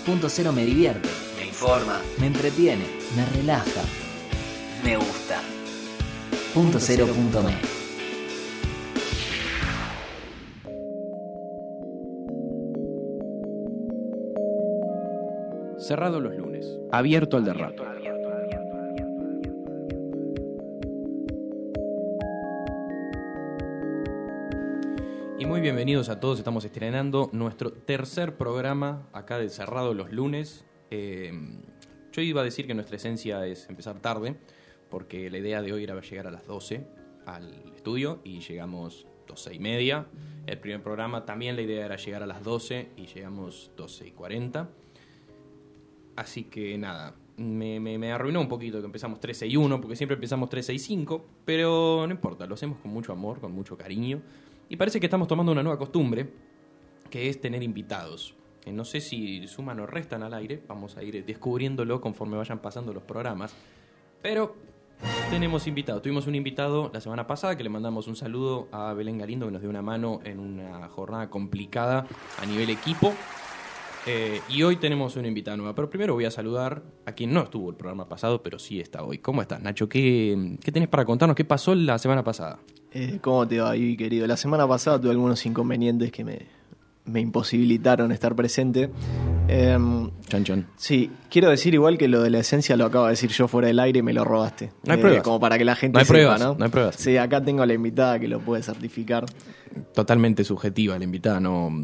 Punto Cero me divierte, me informa, me entretiene, me relaja, me gusta. Punto Cero.me. Cerrado los lunes, abierto al de rato. Y muy bienvenidos a todos, estamos estrenando nuestro tercer programa acá de Cerrado los lunes. Yo iba a decir que nuestra esencia es empezar tarde, porque la idea de hoy era llegar a las 12 al estudio y llegamos 12:30. El primer programa también la idea era llegar a las 12 y llegamos 12:40. Así que nada, me arruinó un poquito que empezamos 13:01, porque siempre empezamos 13:05, pero no importa, lo hacemos con mucho amor, con mucho cariño. Y parece que estamos tomando una nueva costumbre, que es tener invitados. No sé si suman o restan al aire, vamos a ir descubriéndolo conforme vayan pasando los programas. Pero tenemos invitados. Tuvimos un invitado la semana pasada que le mandamos un saludo a Belén Galindo, que nos dio una mano en una jornada complicada a nivel equipo. Y hoy tenemos una invitada nueva. Pero primero voy a saludar a quien no estuvo el programa pasado, pero sí está hoy. ¿Cómo estás, Nacho? ¿Qué tenés para contarnos? ¿Qué pasó la semana pasada? ¿Cómo te va, Ivi, querido? La semana pasada tuve algunos inconvenientes que me imposibilitaron estar presente. Chan. Sí, quiero decir igual que lo de la esencia lo acabo de decir yo fuera del aire y me lo robaste. No hay pruebas. Como para que la gente no hay sepa, pruebas, ¿no? No hay pruebas. Sí, acá tengo a la invitada que lo puede certificar. Totalmente subjetiva la invitada,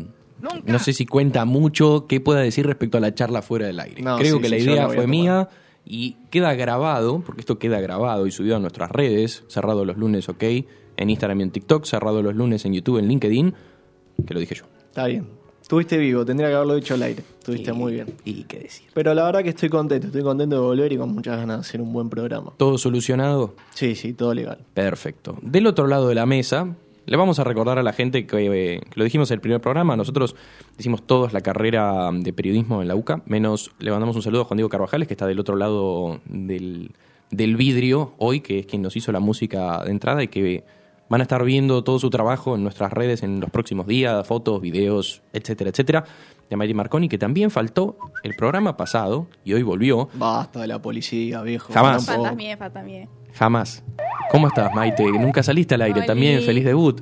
no sé si cuenta mucho qué pueda decir respecto a la charla fuera del aire. No, Creo sí, que la sí, yo idea la voy a fue tomar. mía y queda grabado, porque esto queda grabado y subido a nuestras redes, Cerrado los lunes, ok, en Instagram y en TikTok, Cerrado los lunes en YouTube, en LinkedIn, que lo dije yo. Está bien. Estuviste vivo, tendría que haberlo dicho al aire. Estuviste muy bien. Y qué decir. Pero la verdad que estoy contento de volver y con muchas ganas de hacer un buen programa. ¿Todo solucionado? Sí, todo legal. Perfecto. Del otro lado de la mesa, le vamos a recordar a la gente que lo dijimos en el primer programa, nosotros hicimos todos la carrera de periodismo en la UCA, menos le mandamos un saludo a Juan Diego Carvajales, que está del otro lado del vidrio hoy, que es quien nos hizo la música de entrada y que van a estar viendo todo su trabajo en nuestras redes en los próximos días, fotos, videos, etcétera, etcétera. De Mayri Marconi, que también faltó el programa pasado y hoy volvió. Basta de la policía, viejo. Jamás. Fantasmie. Jamás. ¿Cómo estás, Maite? Nunca saliste al aire. Oli. También feliz debut.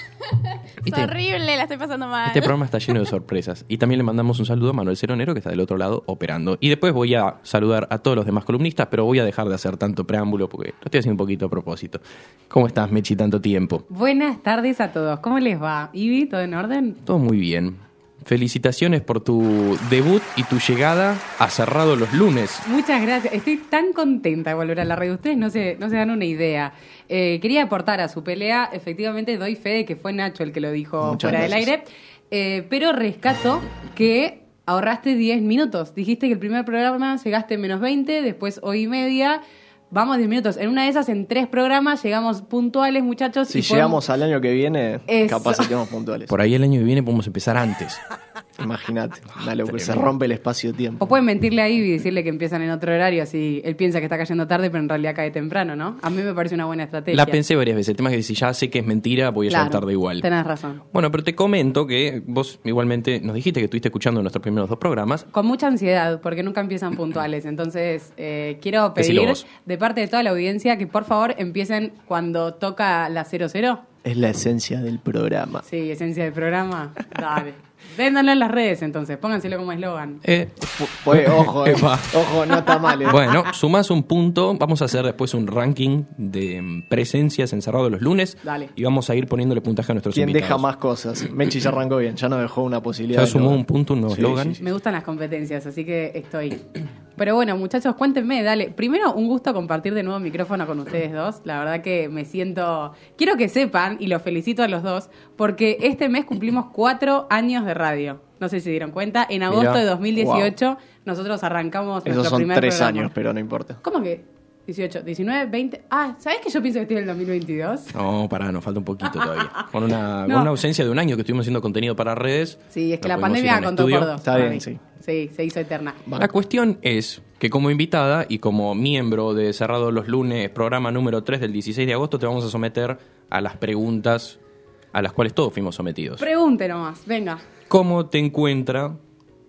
Es horrible, la estoy pasando mal. Este programa está lleno de sorpresas. Y también le mandamos un saludo a Manuel Ceronero, que está del otro lado operando. Y después voy a saludar a todos los demás columnistas, pero voy a dejar de hacer tanto preámbulo porque lo estoy haciendo un poquito a propósito. ¿Cómo estás, Mechi, tanto tiempo? Buenas tardes a todos. ¿Cómo les va? Ivi, ¿todo en orden? Todo muy bien. Felicitaciones por tu debut y tu llegada a Cerrado los lunes. Muchas gracias. Estoy tan contenta de volver a la radio. Ustedes no se dan una idea. Quería aportar a su pelea. Efectivamente, doy fe de que fue Nacho el que lo dijo Muchas fuera gracias. del aire. Pero rescato que ahorraste 10 minutos. Dijiste que el primer programa llegaste en menos 20, después hoy y media. Vamos 10 minutos. En una de esas, en 3 programas, llegamos puntuales, muchachos. Si y llegamos al año que viene, Eso. capaz estemos puntuales. Por ahí el año que viene podemos empezar antes. Imagínate, dale, porque se Tremendo. rompe el espacio-tiempo. O pueden mentirle a Ivy y decirle que empiezan en otro horario, así él piensa que está cayendo tarde, pero en realidad cae temprano, ¿no? A mí me parece una buena estrategia. La pensé varias veces. El tema es que si ya sé que es mentira, voy a llegar Claro, tarde igual. tenés razón. Bueno, pero te comento que vos igualmente nos dijiste que estuviste escuchando nuestros primeros 2 programas. Con mucha ansiedad, porque nunca empiezan puntuales. Entonces, quiero Decilo pedir vos. de parte de toda la audiencia que por favor empiecen cuando toca la 00. Es la esencia del programa. Sí, esencia del programa. Dale. Véndanlo en las redes, entonces. Pónganselo como eslogan. Pues, ojo, Epa. ojo, no está mal. Bueno, sumás un punto. Vamos a hacer después un ranking de presencias en Cerrado los lunes. Dale. Y vamos a ir poniéndole puntaje a nuestros ¿Quién invitados. deja más cosas? Mechi ya arrancó bien, ya nos dejó una posibilidad. Ya de sumó lograr. un punto, un nuevo eslogan. Me gustan las competencias, así que estoy. Pero bueno, muchachos, cuéntenme, dale. Primero, un gusto compartir de nuevo micrófono con ustedes dos. La verdad que me siento... Quiero que sepan, y los felicito a los dos, porque este mes cumplimos 4 años de radio. No sé si se dieron cuenta. En agosto Mirá. de 2018 nosotros arrancamos Esos nuestro son primer 3 programa. años, pero no importa. ¿Cómo que? 18, 19, 20... Ah, ¿sabés que yo pienso que estoy en el 2022? No, pará, nos falta un poquito todavía. Con una No. ausencia de un año que estuvimos haciendo contenido para redes. Sí, es que no la pudimos ir pandemia a un contó estudio. por 2. Está para bien, mí. sí. Sí, se hizo eterna. La cuestión es que como invitada y como miembro de Cerrado los lunes, programa número 3 del 16 de agosto, te vamos a someter a las preguntas a las cuales todos fuimos sometidos. Pregunte nomás, venga. ¿Cómo te encuentra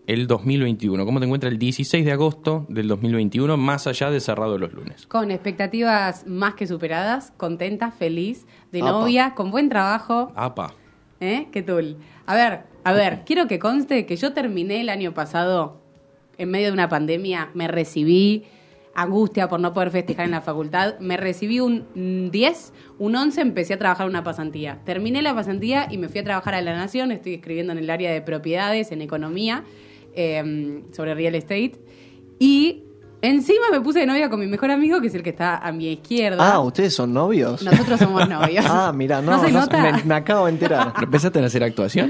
el 2021? ¿Cómo te encuentras el 16 de agosto del 2021, más allá de Cerrado los Lunes? Con expectativas más que superadas, contenta, feliz, de Apa. novia, con buen trabajo. ¡Apa! ¿Qué tul? A ver, quiero que conste que yo terminé el año pasado en medio de una pandemia, me recibí, angustia por no poder festejar en la facultad, me recibí un 10, un 11, empecé a trabajar una pasantía. Terminé la pasantía y me fui a trabajar a La Nación, estoy escribiendo en el área de propiedades, en economía, sobre real estate, y encima me puse de novia con mi mejor amigo, que es el que está a mi izquierda. Ah, ¿ustedes son novios? Nosotros somos novios. Ah, mira, no se nota? me acabo de enterar. ¿Pero empezaste a hacer actuación?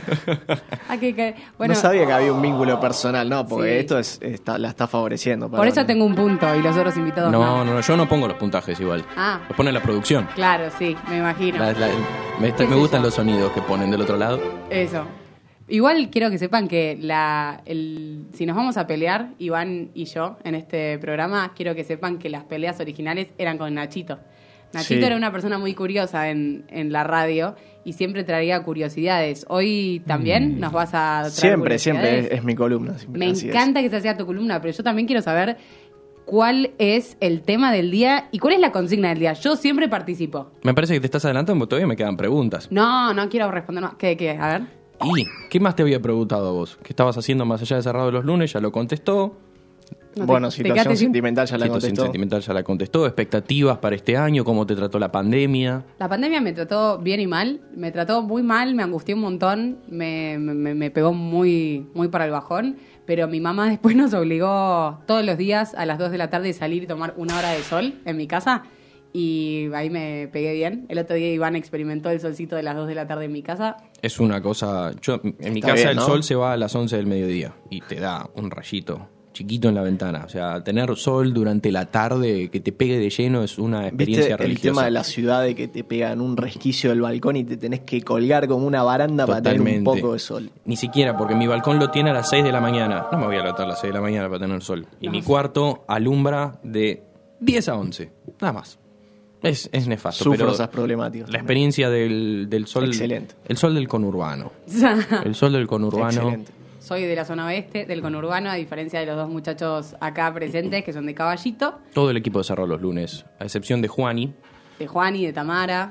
Bueno, no sabía que había un vínculo personal, no, porque Sí. esto la está favoreciendo. por eso tengo un punto y los otros invitados No, yo no pongo los puntajes igual. Ah. Los pone la producción. Claro, sí, me imagino. Me ¿Qué sé gustan yo? los sonidos que ponen del otro lado. Eso. Igual quiero que sepan que si nos vamos a pelear, Iván y yo, en este programa, quiero que sepan que las peleas originales eran con Nachito. Nachito Sí. era una persona muy curiosa en la radio y siempre traía curiosidades. Hoy también nos vas a traer Siempre curiosidades. es mi columna. siempre, Me así es. encanta que se sea tu columna, pero yo también quiero saber cuál es el tema del día y cuál es la consigna del día. Yo siempre participo. Me parece que te estás adelantando porque todavía me quedan preguntas. No quiero responder. No. ¿Qué? A ver. ¿Y qué más te había preguntado a vos? ¿Qué estabas haciendo más allá de Cerrado los Lunes? Ya lo contestó. No Bueno, te situación quedaste sin- sentimental ya la Situación contestó. sentimental ya la contestó. ¿Expectativas para este año? ¿Cómo te trató la pandemia? La pandemia me trató bien y mal. Me trató muy mal, me angustié un montón, me pegó muy, muy para el bajón. Pero mi mamá después nos obligó todos los días a las 2 de la tarde a salir y tomar una hora de sol en mi casa. Y ahí me pegué bien. El otro día Iván experimentó el solcito de las 2 de la tarde en mi casa. Es una cosa... En mi Está casa bien, el ¿no? sol se va a las 11 del mediodía y te da un rayito chiquito en la ventana. O sea, tener sol durante la tarde que te pegue de lleno es una ¿Viste experiencia el religiosa. tema de la ciudad de que te pegan un resquicio del balcón y te tenés que colgar como una baranda para tener un Totalmente. poco de sol? Ni siquiera, porque mi balcón lo tiene a las 6 de la mañana. No me voy a levantar a las 6 de la mañana para tener sol. Y mi cuarto alumbra de 10 a 11. Nada más. Es nefasto. Sufro pero esas problemáticas. la experiencia del sol... Excelente. El sol del conurbano. El sol del conurbano. Excelente. Soy de la zona oeste, del conurbano, a diferencia de los dos muchachos acá presentes, que son de Caballito, Todo el equipo de Cerrado los Lunes, a excepción de Juani. de Juani, de Tamara,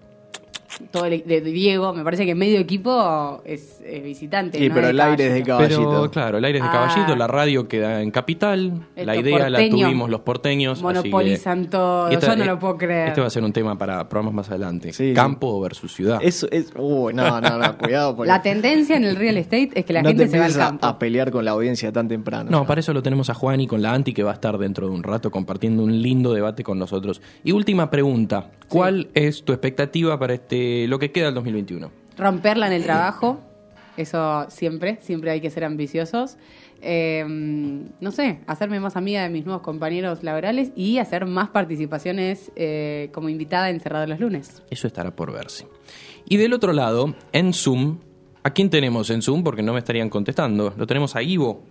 de Diego. Me parece que medio equipo es visitante. Sí, ¿no? pero De el aire es de Caballito. Caballito. Pero claro, el aire es de Ah. Caballito, la radio queda en Capital, la Estos idea la porteños tuvimos los porteños. así que- monopolizan todo. Y Yo no lo puedo creer. Este va a ser un tema para programas más adelante. Sí, Campo versus ciudad. Eso es. Uy, no, cuidado. Porque La tendencia en el real estate es que la no gente te se va al empieces campo. a pelear con la audiencia tan temprano. No, para eso lo tenemos a Juani con la Anti, que va a estar dentro de un rato compartiendo un lindo debate con nosotros. Y última pregunta, ¿cuál es tu expectativa para lo que queda del 2021? Romperla en el trabajo, eso siempre hay que ser ambiciosos. No sé, hacerme más amiga de mis nuevos compañeros laborales y hacer más participaciones como invitada en Cerrado los Lunes. Eso estará por verse. Y del otro lado, en Zoom, ¿a quién tenemos en Zoom? Porque no me estarían contestando. Lo tenemos a Ivo.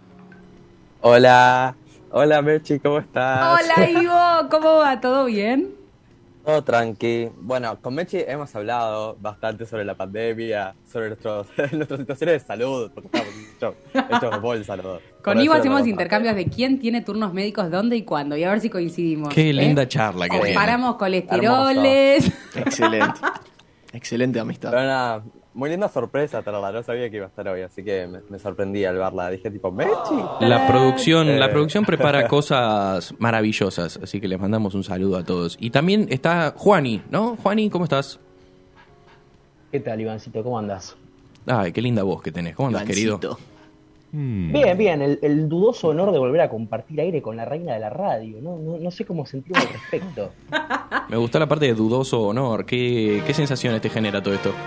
Hola Merchi, ¿cómo estás? Hola Ivo, ¿cómo va? ¿Todo bien? Todo tranqui. Bueno, con Mechi hemos hablado bastante sobre la pandemia, sobre nuestras situaciones de salud, porque estamos hechos bolsa los dos. Con Por Ivo eso hacemos no- intercambios de quién tiene turnos médicos, dónde y cuándo, y a ver si coincidimos. Qué ¿eh? linda charla que tiene. Comparamos colesteroles. Excelente. Excelente amistad. Pero nada, muy linda sorpresa, Tarla. No sabía que iba a estar hoy, así que me sorprendí al verla. Dije tipo, Mechi. La Eh. producción prepara cosas maravillosas, así que les mandamos un saludo a todos. Y también está Juani, ¿no? Juani, ¿cómo estás? ¿Qué tal, Ivancito? ¿Cómo andás? Ay, qué linda voz que tenés. ¿Cómo andás, querido? Ivancito. Bien, el dudoso honor de volver a compartir aire con la reina de la radio. No sé cómo sentirme al respecto. Me gustó la parte de dudoso honor. ¿Qué sensaciones te genera todo esto?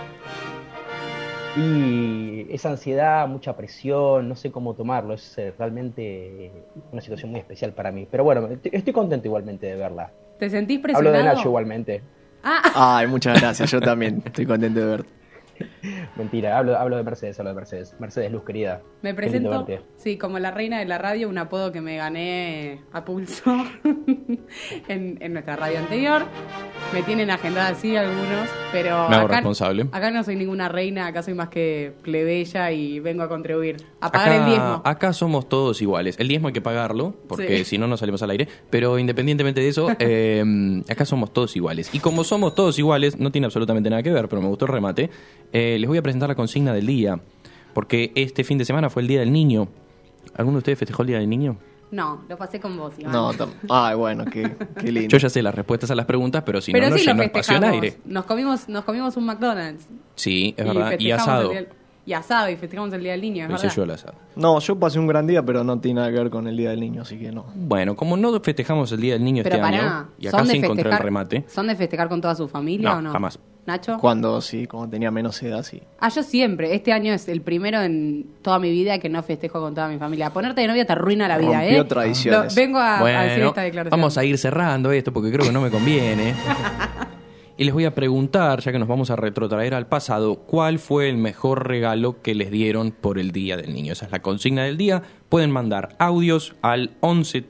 Y esa ansiedad, mucha presión, no sé cómo tomarlo. Es realmente una situación muy especial para mí. Pero bueno, estoy contento igualmente de verla. ¿Te sentís Hablo presionado? de Nacho igualmente. Ah, Ay, muchas gracias. Yo también estoy contento de verte. Mentira, hablo de Mercedes. Mercedes, Luz querida. Me Qué lindo presento, verte. sí, como la reina de la radio, un apodo que me gané a pulso en nuestra radio anterior. Me tienen agendada así algunos, pero Me hago responsable. Acá no soy ninguna reina, acá soy más que plebeya y vengo a contribuir, a pagar el diezmo. Acá somos todos iguales. El diezmo hay que pagarlo, porque Sí. si no, no salimos al aire. Pero independientemente de eso, acá somos todos iguales. Y como somos todos iguales, no tiene absolutamente nada que ver, pero me gustó el remate. Les voy a presentar la consigna del día, porque este fin de semana fue el Día del Niño. ¿Alguno de ustedes festejó el Día del Niño? No, lo pasé con vos, Iván. No, ay, bueno, qué lindo. Yo ya sé las respuestas a las preguntas, pero si no, no sí lo llenó espacio en festejamos. aire. Nos comimos un McDonald's. Sí, es verdad. Y festejamos asado. y asado, y festejamos el Día del Niño, es Lo hice verdad. yo el asado. No, yo pasé un gran día, pero no tiene nada que ver con el Día del Niño, así que no. Bueno, como no festejamos el Día del Niño Pero este pará, año, y acá se encontró el remate. ¿Son de festejar con toda su familia No, o no? jamás. ¿Nacho? Cuando tenía menos edad, sí. Yo siempre. Este año es el primero en toda mi vida que no festejo con toda mi familia. Ponerte de novia te arruina la vida, Rompió tradiciones. Vengo a decir Bueno, esta declaración. vamos a ir cerrando esto porque creo que no me conviene. Y les voy a preguntar, ya que nos vamos a retrotraer al pasado, ¿cuál fue el mejor regalo que les dieron por el Día del Niño? Esa es la consigna del día. Pueden mandar audios al 11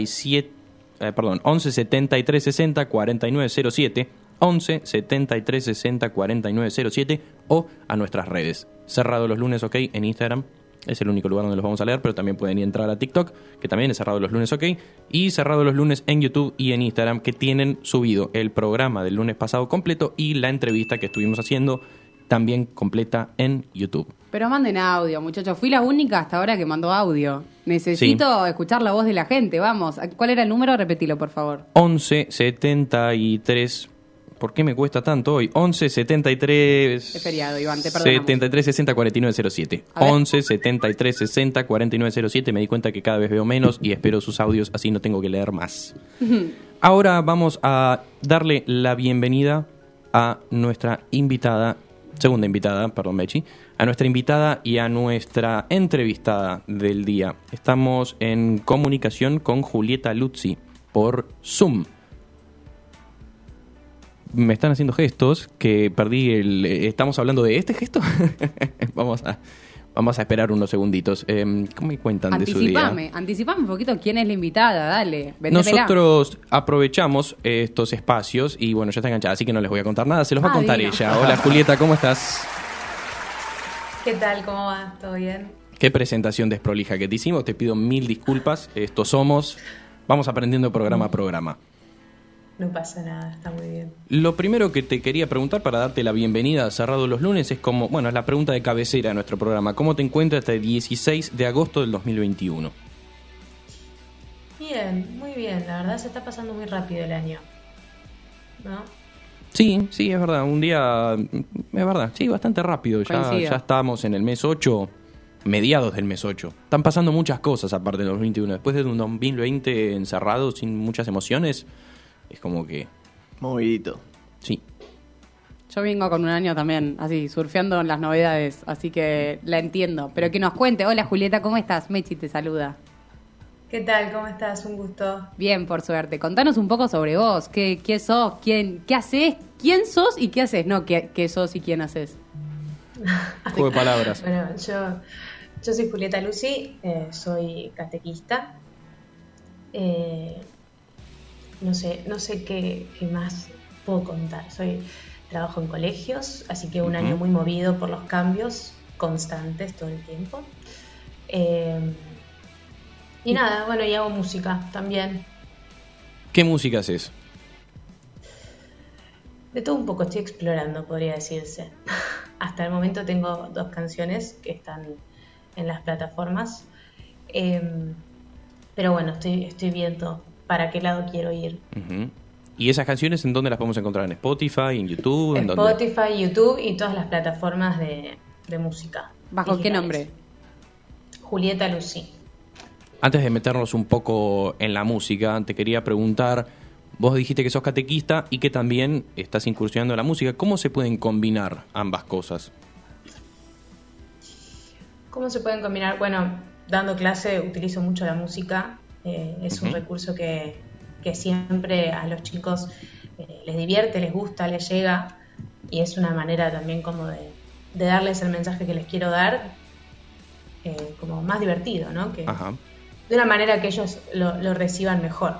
73 60 4907, 11 73 60 4907 o a nuestras redes. Cerrado los lunes, ok, en Instagram. Es el único lugar donde los vamos a leer, pero también pueden entrar a TikTok, que también es Cerrado los Lunes, ok. Y Cerrado los Lunes en YouTube y en Instagram, que tienen subido el programa del lunes pasado completo y la entrevista que estuvimos haciendo también completa en YouTube. Pero manden audio, muchachos. Fui la única hasta ahora que mandó audio. Necesito escuchar la voz de la gente, vamos. ¿Cuál era el número? Repetilo, por favor. 11 73... ¿Por qué me cuesta tanto hoy? 11 73... Es feriado, Iván, te perdonamos. 73 60 49 07. 11 73 60 49 07. Me di cuenta que cada vez veo menos y espero sus audios, así no tengo que leer más. Ahora vamos a darle la bienvenida a nuestra segunda invitada, Mechi, a nuestra invitada y a nuestra entrevistada del día. Estamos en comunicación con Julieta Luzzi por Zoom. Me están haciendo gestos que perdí ¿Estamos hablando de este gesto? Vamos a esperar unos segunditos. ¿Cómo me cuentan de su día? Anticipame un poquito quién es la invitada, dale. Vendémela. Nosotros aprovechamos estos espacios y bueno, ya está enganchada, así que no les voy a contar nada, se los va a contar divino. ella. Hola Julieta, ¿cómo estás? ¿Qué tal? ¿Cómo va? ¿Todo bien? Qué presentación desprolija que te hicimos, te pido 1000 disculpas. Vamos aprendiendo programa a programa. No pasa nada, está muy bien. Lo primero que te quería preguntar para darte la bienvenida a Cerrado los Lunes es es la pregunta de cabecera de nuestro programa. ¿Cómo te encuentras hasta el 16 de agosto del 2021? Bien, muy bien. La verdad se está pasando muy rápido el año, ¿no? Sí, es verdad. Un día, es verdad, sí, bastante rápido. Ya estamos en el mes 8, mediados del mes 8. Están pasando muchas cosas aparte del 2021. Después de un 2020 encerrado sin muchas emociones, es como que... Movidito. Sí. Yo vengo con un año también, así, surfeando en las novedades, así que la entiendo. Pero que nos cuente. Hola Julieta, ¿cómo estás? Mechi te saluda. ¿Qué tal? ¿Cómo estás? Un gusto. Bien, por suerte. Contanos un poco sobre vos. ¿Qué sos? ¿Qué haces? ¿Quién sos y qué haces? No, ¿qué sos y quién haces? Juego de palabras. Bueno, yo soy Julieta Luzzi, soy catequista. No sé qué más puedo contar. Trabajo en colegios, así que un año muy movido por los cambios constantes todo el tiempo. Y nada, bueno, y hago música también. ¿Qué música haces? De todo un poco estoy explorando, podría decirse. Hasta el momento tengo 2 canciones que están en las plataformas. Pero bueno, estoy viendo para qué lado quiero ir. Uh-huh. ¿Y esas canciones en dónde las podemos encontrar? ¿En Spotify, en YouTube? ¿En Spotify, YouTube y todas las plataformas de música. ¿Bajo digitales. qué nombre? Julieta Luzzi. Antes de meternos un poco en la música, te quería preguntar, vos dijiste que sos catequista y que también estás incursionando en la música. ¿Cómo se pueden combinar ambas cosas? ¿Cómo se pueden combinar? Bueno, dando clase utilizo mucho la música. Es un recurso que siempre a los chicos les divierte, les gusta, les llega. Y es una manera también como de de darles el mensaje que les quiero dar como más divertido, ¿no? Que Ajá. de una manera que ellos lo reciban mejor.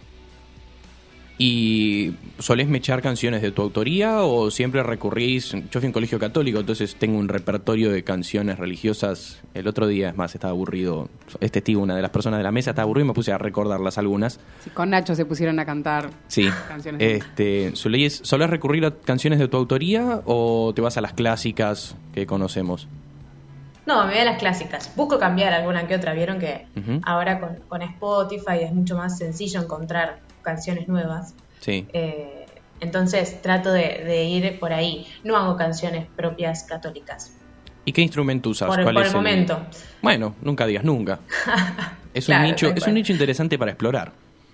¿Y solés mechar canciones de tu autoría o siempre recurrís? Yo fui a un colegio católico, entonces tengo un repertorio de canciones religiosas. El otro día, es más, estaba aburrido. Es testigo, una de las personas de la mesa estaba aburrido y me puse a recordarlas algunas. Sí, con Nacho se pusieron a cantar Sí. canciones. ¿Solés recurrir a canciones de tu autoría o te vas a las clásicas que conocemos? No, me voy a las clásicas. Busco cambiar alguna que otra. Vieron que Ujú. ahora con Spotify es mucho más sencillo encontrar canciones nuevas. Sí. Entonces trato de ir por ahí. No hago canciones propias católicas. ¿Y qué instrumento usas? Por ¿Cuál el es momento. Bueno, nunca digas nunca. Es Claro, un nicho, tal es cual. un nicho interesante para explorar.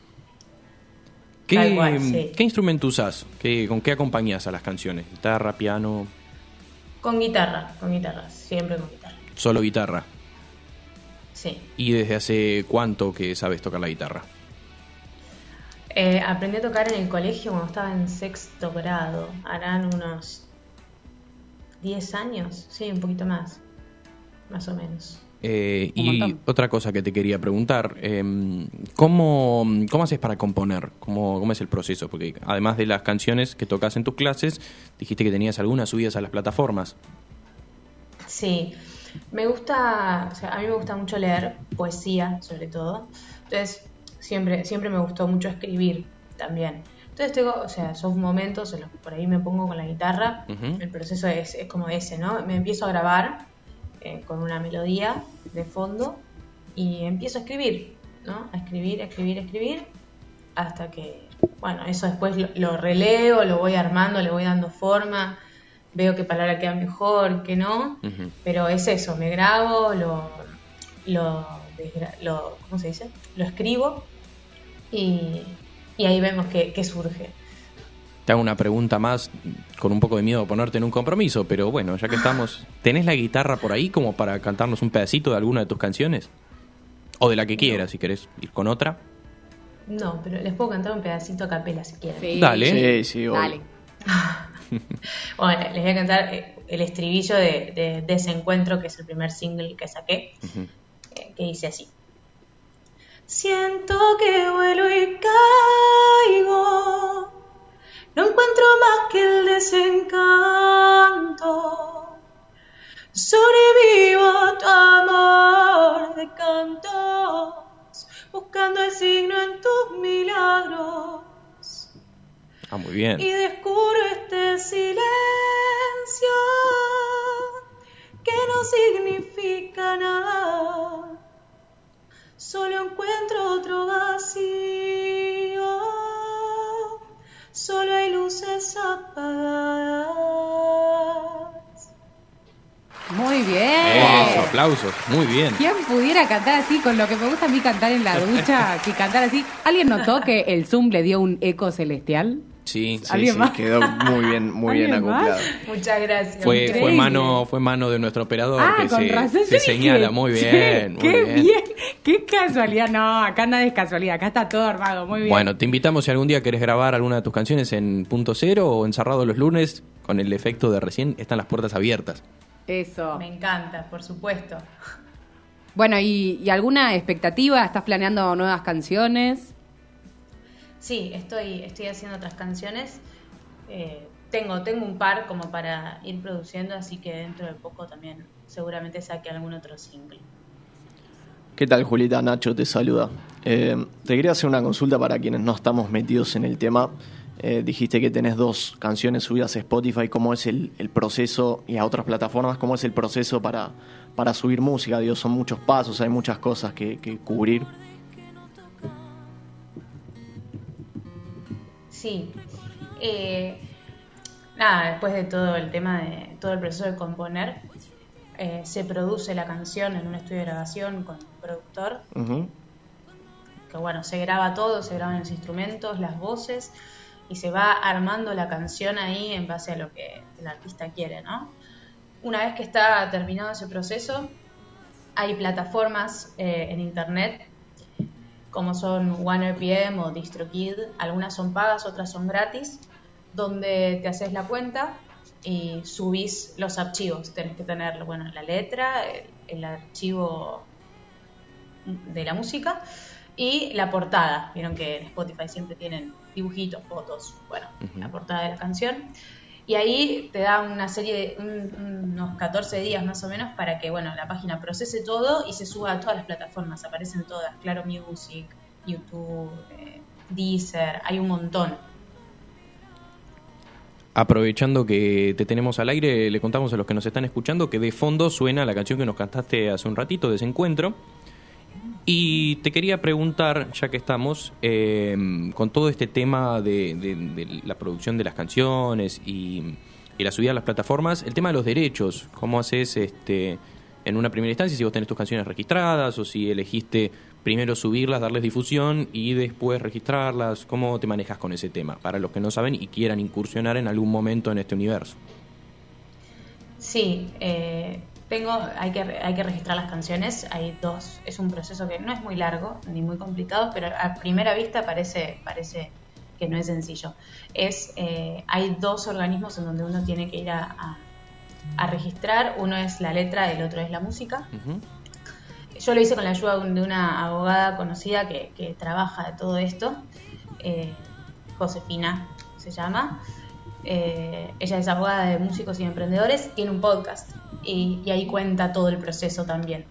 Tal cual, sí. ¿Qué instrumento usas? ¿Con qué acompañas a las canciones? ¿Guitarra, piano, Con guitarra, siempre con guitarra. solo guitarra? Sí. ¿Y desde hace cuánto que sabes tocar la guitarra? Aprendí a tocar en el colegio cuando estaba en 6º grado. Harán unos 10 años, sí, un poquito más o menos. Y montón. otra cosa que te quería preguntar, ¿cómo haces para componer? ¿Cómo es el proceso? Porque además de las canciones que tocas en tus clases, dijiste que tenías algunas subidas a las plataformas. Sí, me gusta, o sea, a mí me gusta mucho leer poesía, sobre todo. Entonces, siempre me gustó mucho escribir también. Entonces son momentos en los que por ahí me pongo con la guitarra. Ujú. El proceso es como ese, ¿no? Me empiezo a grabar con una melodía de fondo y empiezo a escribir, ¿no? A escribir, hasta que, bueno, eso después lo releo, lo voy armando, le voy dando forma, veo qué palabra queda mejor, qué no, Ujú. pero es eso, me grabo, ¿cómo se dice? Lo escribo y ahí vemos qué surge. Te hago una pregunta más con un poco de miedo a ponerte en un compromiso, pero bueno, ya que estamos, ¿tenés la guitarra por ahí como para cantarnos un pedacito de alguna de tus canciones? O de la que quieras, si querés ir con otra. No, pero les puedo cantar un pedacito a capela si quieren. Sí. Dale. Sí, obvio. Dale. Bueno, les voy a cantar el estribillo de Desencuentro, que es el primer single que saqué, Ujú. que dice así. Siento que vuelo y caigo, no encuentro más que el desencanto, sobrevivo a tu amor de cantos, buscando el signo en tus milagros. Ah, muy bien. Y descubro este silencio que no significa nada. Solo encuentro otro vacío. Solo hay luces apagadas. Muy bien. Eso, aplausos. Muy bien. ¿Quién pudiera cantar así con lo que me gusta a mí cantar en la ducha? Si cantar así. ¿Alguien notó que el Zoom le dio un eco celestial? Sí. Sí, ¿Alguien sí, más? quedó muy bien ¿Alguien más? acoplado. Muchas gracias. Fue Increíble. mano de nuestro operador que con razón. se Yo señala. dije, Muy che, bien, muy qué bien. Qué casualidad. No, acá nada es casualidad. Acá está todo armado. Muy bien. Bueno, te invitamos si algún día querés grabar alguna de tus canciones en Punto Cero o en Cerrado los Lunes, con el efecto de recién están las puertas abiertas. Eso. Me encanta, por supuesto. Bueno, ¿y alguna expectativa? ¿Estás planeando nuevas canciones? Sí, estoy haciendo otras canciones. Tengo un par como para ir produciendo, así que dentro de poco también seguramente saque algún otro single. ¿Qué tal, Julieta? Nacho te saluda. Te quería hacer una consulta para quienes no estamos metidos en el tema. Dijiste que tenés 2 canciones subidas a Spotify. ¿Cómo es el proceso, y a otras plataformas, cómo es el proceso para subir música? Digo, son muchos pasos, hay muchas cosas que cubrir. Sí. Nada, después de todo el tema de todo el proceso de componer, se produce la canción en un estudio de grabación con un productor, Ujú. que bueno, se graba todo, se graban los instrumentos, las voces, y se va armando la canción ahí en base a lo que el artista quiere, ¿no? Una vez que está terminado ese proceso, hay plataformas en internet, como son OneRPM o DistroKid, algunas son pagas, otras son gratis, donde te haces la cuenta y subís los archivos. Tenés que tener, bueno, la letra, el archivo de la música y la portada. Vieron que en Spotify siempre tienen dibujitos, fotos, bueno, la portada de la canción. Y ahí te da una serie de unos 14 días más o menos para que, bueno, la página procese todo y se suba a todas las plataformas. Aparecen todas, Claro Music, YouTube, Deezer, hay un montón. Aprovechando que te tenemos al aire, le contamos a los que nos están escuchando que de fondo suena la canción que nos cantaste hace un ratito, Desencuentro. Y te quería preguntar, ya que estamos, con todo este tema de la producción de las canciones y la subida a las plataformas, el tema de los derechos, ¿cómo haces en una primera instancia si vos tenés tus canciones registradas o si elegiste primero subirlas, darles difusión y después registrarlas? ¿Cómo te manejas con ese tema? Para los que no saben y quieran incursionar en algún momento en este universo. Sí, hay que registrar las canciones. Hay dos, es un proceso que no es muy largo ni muy complicado, pero a primera vista parece que no es sencillo. Hay dos organismos en donde uno tiene que ir a registrar. Uno es la letra, el otro es la música. Uh-huh. Yo lo hice con la ayuda de una abogada conocida que trabaja de todo esto, Josefina se llama. Ella es abogada de músicos y emprendedores, tiene un podcast y ahí cuenta todo el proceso también,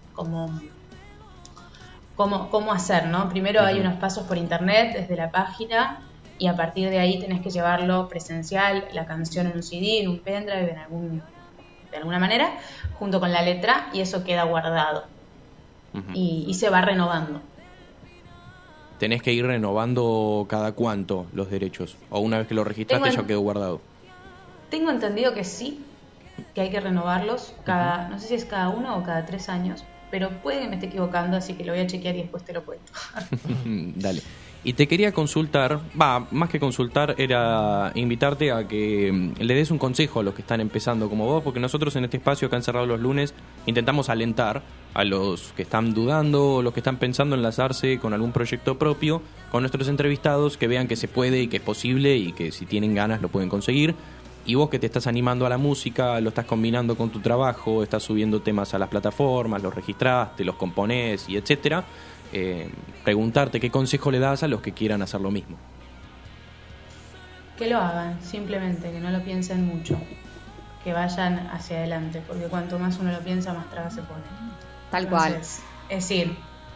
cómo hacer, ¿no? Primero hay unos pasos por internet desde la página y a partir de ahí tenés que llevarlo presencial, la canción en un CD, en un pendrive, de alguna manera, junto con la letra, y eso queda guardado. Uh-huh. Y se va renovando. ¿Tenés que ir renovando cada cuánto los derechos? ¿O una vez que lo registraste ya quedó guardado? Tengo entendido que sí, que hay que renovarlos cada, no sé si es cada 1 o cada 3 años, pero puede que me esté equivocando, así que lo voy a chequear y después te lo cuento. Dale. Y te quería consultar, más que consultar, era invitarte a que le des un consejo a los que están empezando como vos, porque nosotros en este espacio acá en Cerrado los Lunes intentamos alentar a los que están dudando o los que están pensando enlazarse con algún proyecto propio, con nuestros entrevistados, que vean que se puede y que es posible y que si tienen ganas lo pueden conseguir. Y vos que te estás animando a la música, lo estás combinando con tu trabajo, estás subiendo temas a las plataformas, los registraste, los componés y etcétera. Preguntarte qué consejo le das a los que quieran hacer lo mismo. Que lo hagan, simplemente, que no lo piensen mucho, que vayan hacia adelante, porque cuanto más uno lo piensa, más trabas se pone. Tal cual. Es decir,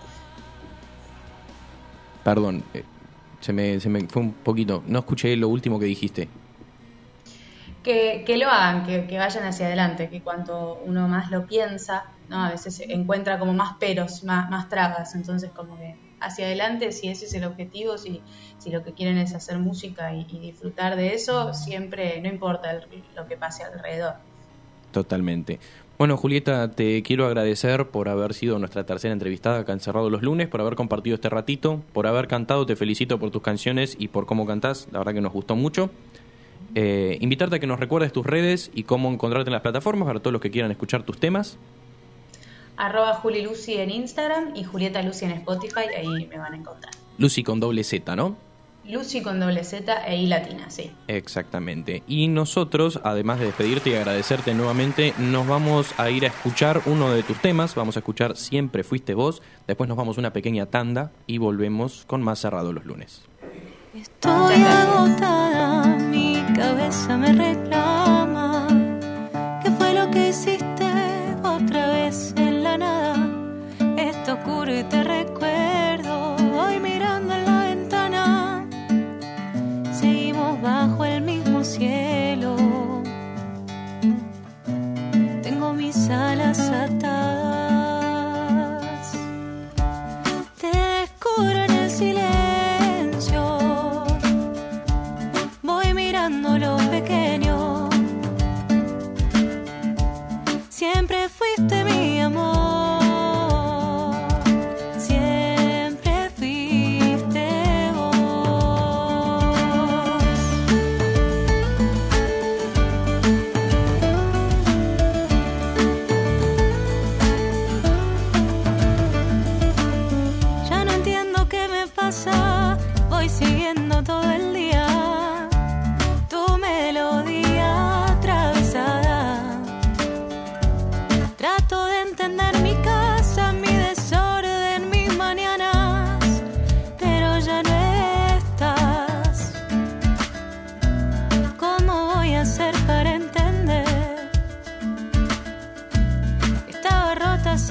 perdón, se me fue un poquito, no escuché lo último que dijiste. Que lo hagan, que vayan hacia adelante, que cuanto uno más lo piensa, ¿no? A veces encuentra como más peros, más trabas, entonces como que hacia adelante, si ese es el objetivo, si lo que quieren es hacer música y disfrutar de eso, siempre, no importa lo que pase alrededor. Totalmente. Bueno, Julieta, te quiero agradecer por haber sido nuestra tercera entrevistada acá en Cerrado los Lunes, por haber compartido este ratito, por haber cantado, te felicito por tus canciones y por cómo cantás, la verdad que nos gustó mucho. Invitarte a que nos recuerdes tus redes y cómo encontrarte en las plataformas para todos los que quieran escuchar tus temas. @JuliLucy en Instagram y Julieta Lucy en Spotify, ahí me van a encontrar. Lucy con doble Z, ¿no? Lucy con doble Z e I latina, sí. Exactamente. Y nosotros, además de despedirte y agradecerte nuevamente, nos vamos a ir a escuchar uno de tus temas. Vamos a escuchar Siempre Fuiste Vos. Después nos vamos a una pequeña tanda y volvemos con más Cerrado los Lunes. Estoy agotada, mi cabeza me reclama. ¿Qué fue lo que hiciste otra vez en la nada? Está oscuro y te recuerdo hoy mirando en la ventana. Seguimos bajo el mismo cielo. Tengo mis alas atadas. Te descubro en el silencio. Lo pequeño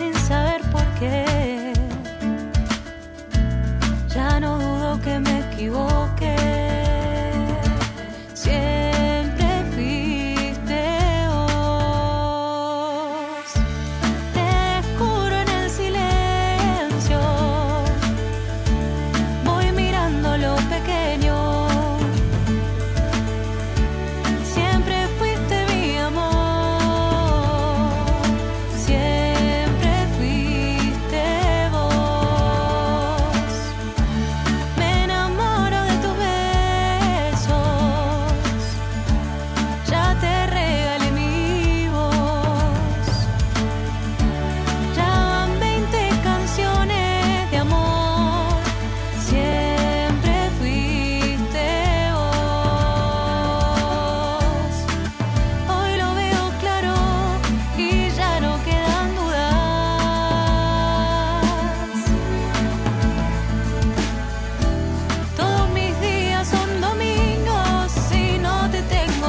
sin saber por qué. Ya no dudo que me equivoqué. Siempre fuiste vos. Te descubro en el silencio. Voy mirando lo pequeño. Siempre fuiste mi amor. Siempre fuiste vos. Me enamoro de tus besos. Ya te regalé mi voz. Ya van 20 canciones de amor. Siempre fuiste vos. Hoy lo veo claro y ya no quedan dudas. Todos mis días son domingos si no te tengo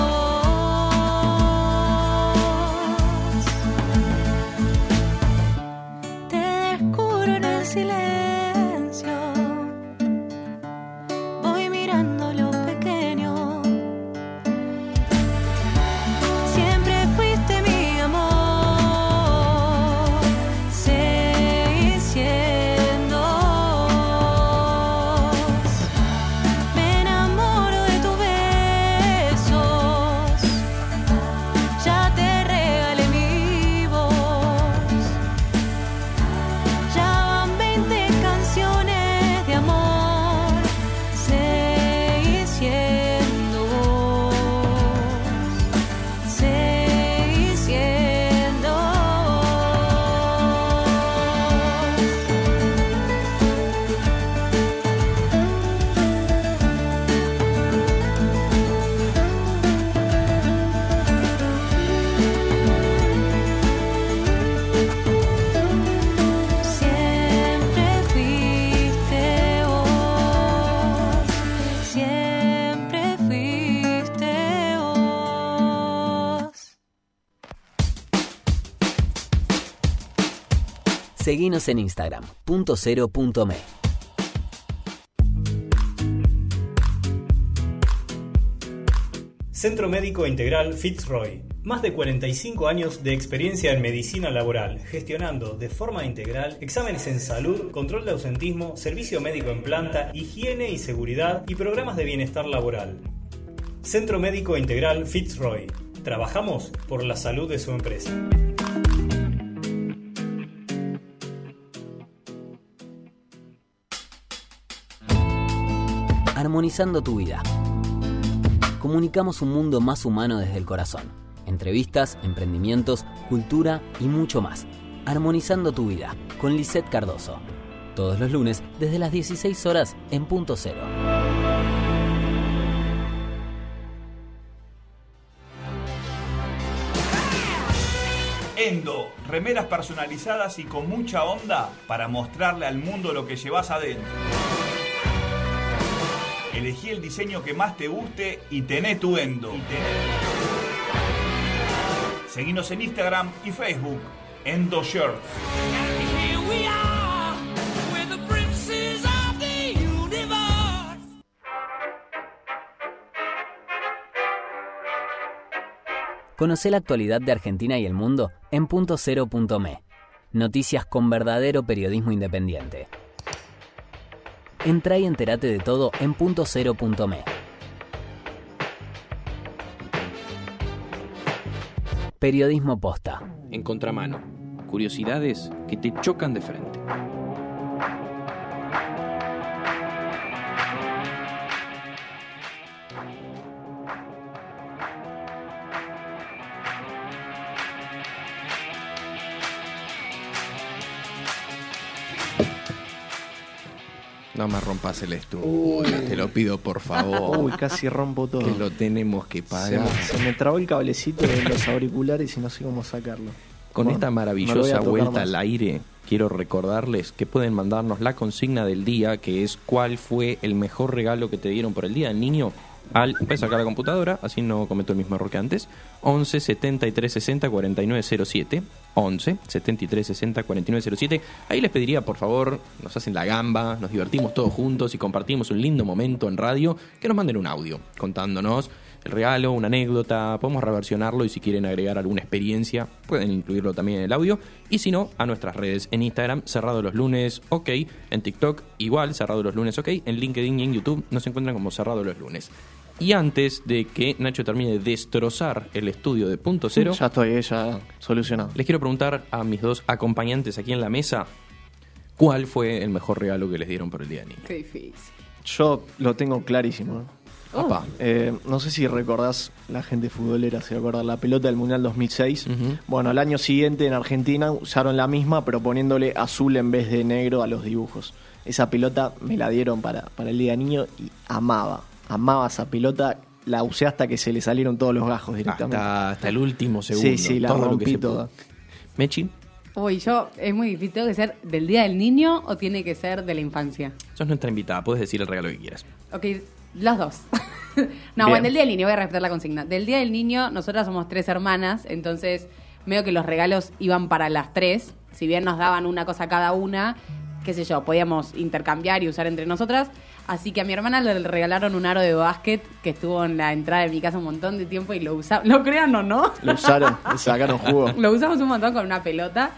vos. Te descubro en el silencio. Voy mirando lo pequeño. Siempre fuiste mi amor. Seguí siendo vos. Me enamoro de tus besos. Ya te regalé mi voz. Ya van 20 canciones de amor. Seguí siendo vos. Seguí siendo vos. Siempre fuiste vos. Siempre fuiste vos. Seguinos en Instagram, @0.me. Centro Médico Integral Fitzroy. Más de 45 años de experiencia en medicina laboral, gestionando de forma integral exámenes en salud, control de ausentismo, servicio médico en planta, higiene y seguridad y programas de bienestar laboral. Centro Médico Integral Fitzroy. Trabajamos por la salud de su empresa. Armonizando tu vida. Comunicamos un mundo más humano desde el corazón. Entrevistas, emprendimientos, cultura y mucho más. Armonizando tu vida, con Lisette Cardoso. Todos los lunes, desde las 16 horas, en Punto Cero. Endo, remeras personalizadas y con mucha onda para mostrarle al mundo lo que llevas adentro. Elegí el diseño que más te guste y tené tu Endo. Seguinos en Instagram y Facebook, Endo Shirts. Conocé la actualidad de Argentina y el mundo en .0.me. Noticias con verdadero periodismo independiente. Entrá y entérate de todo en .0.me. Periodismo posta. En contramano. Curiosidades que te chocan de frente. No me rompas el estudio. Te lo pido, por favor. Uy, casi rompo todo. Que lo tenemos que pagar. Se me trabó el cablecito de los auriculares y no sé cómo sacarlo. Con esta maravillosa vuelta más al aire, quiero recordarles que pueden mandarnos la consigna del día, que es ¿cuál fue el mejor regalo que te dieron por el Día del Niño? Voy a sacar la computadora, así no cometo el mismo error que antes. 11 73 60 49 07. 11 73 60 49 07. Ahí les pediría, por favor, nos hacen la gamba, nos divertimos todos juntos y compartimos un lindo momento en radio, que nos manden un audio contándonos el regalo, una anécdota, podemos reversionarlo y si quieren agregar alguna experiencia pueden incluirlo también en el audio, y si no, a nuestras redes en Instagram, Cerrado los Lunes OK, en TikTok igual, Cerrado los Lunes OK, en LinkedIn y en YouTube nos encuentran como Cerrado los Lunes. Y antes de que Nacho termine de destrozar el estudio de Punto Cero, ya estoy solucionado. Les quiero preguntar a mis dos acompañantes aquí en la mesa, ¿cuál fue el mejor regalo que les dieron por el Día del Niño? Qué difícil. Yo lo tengo clarísimo. Opa. No sé si recordás, la gente futbolera se acuerda, la pelota del Mundial 2006. Bueno, al año siguiente en Argentina usaron la misma, pero poniéndole azul en vez de negro a los dibujos. Esa pelota me la dieron para el Día del Niño y amaba esa pelota. La usé hasta que se le salieron todos los gajos directamente. Hasta el último segundo. Sí, la todo rompí lo que se toda. pudo. Mechi, Uy, es muy difícil. ¿Tengo que ser del Día del Niño o tiene que ser de la infancia? sos nuestra invitada, puedes decir el regalo que quieras. Ok, los dos. No, Bien. bueno, del Día del Niño, voy a respetar la consigna. Del Día del Niño, nosotras somos 3 hermanas, entonces medio que los regalos iban para las 3. Si bien nos daban una cosa cada una, qué sé yo, podíamos intercambiar y usar entre nosotras. Así que a mi hermana le regalaron un aro de básquet que estuvo en la entrada de mi casa un montón de tiempo y lo usamos. ¿Lo crean o no? Lo usaron, le sacaron jugo. Lo usamos un montón con una pelota.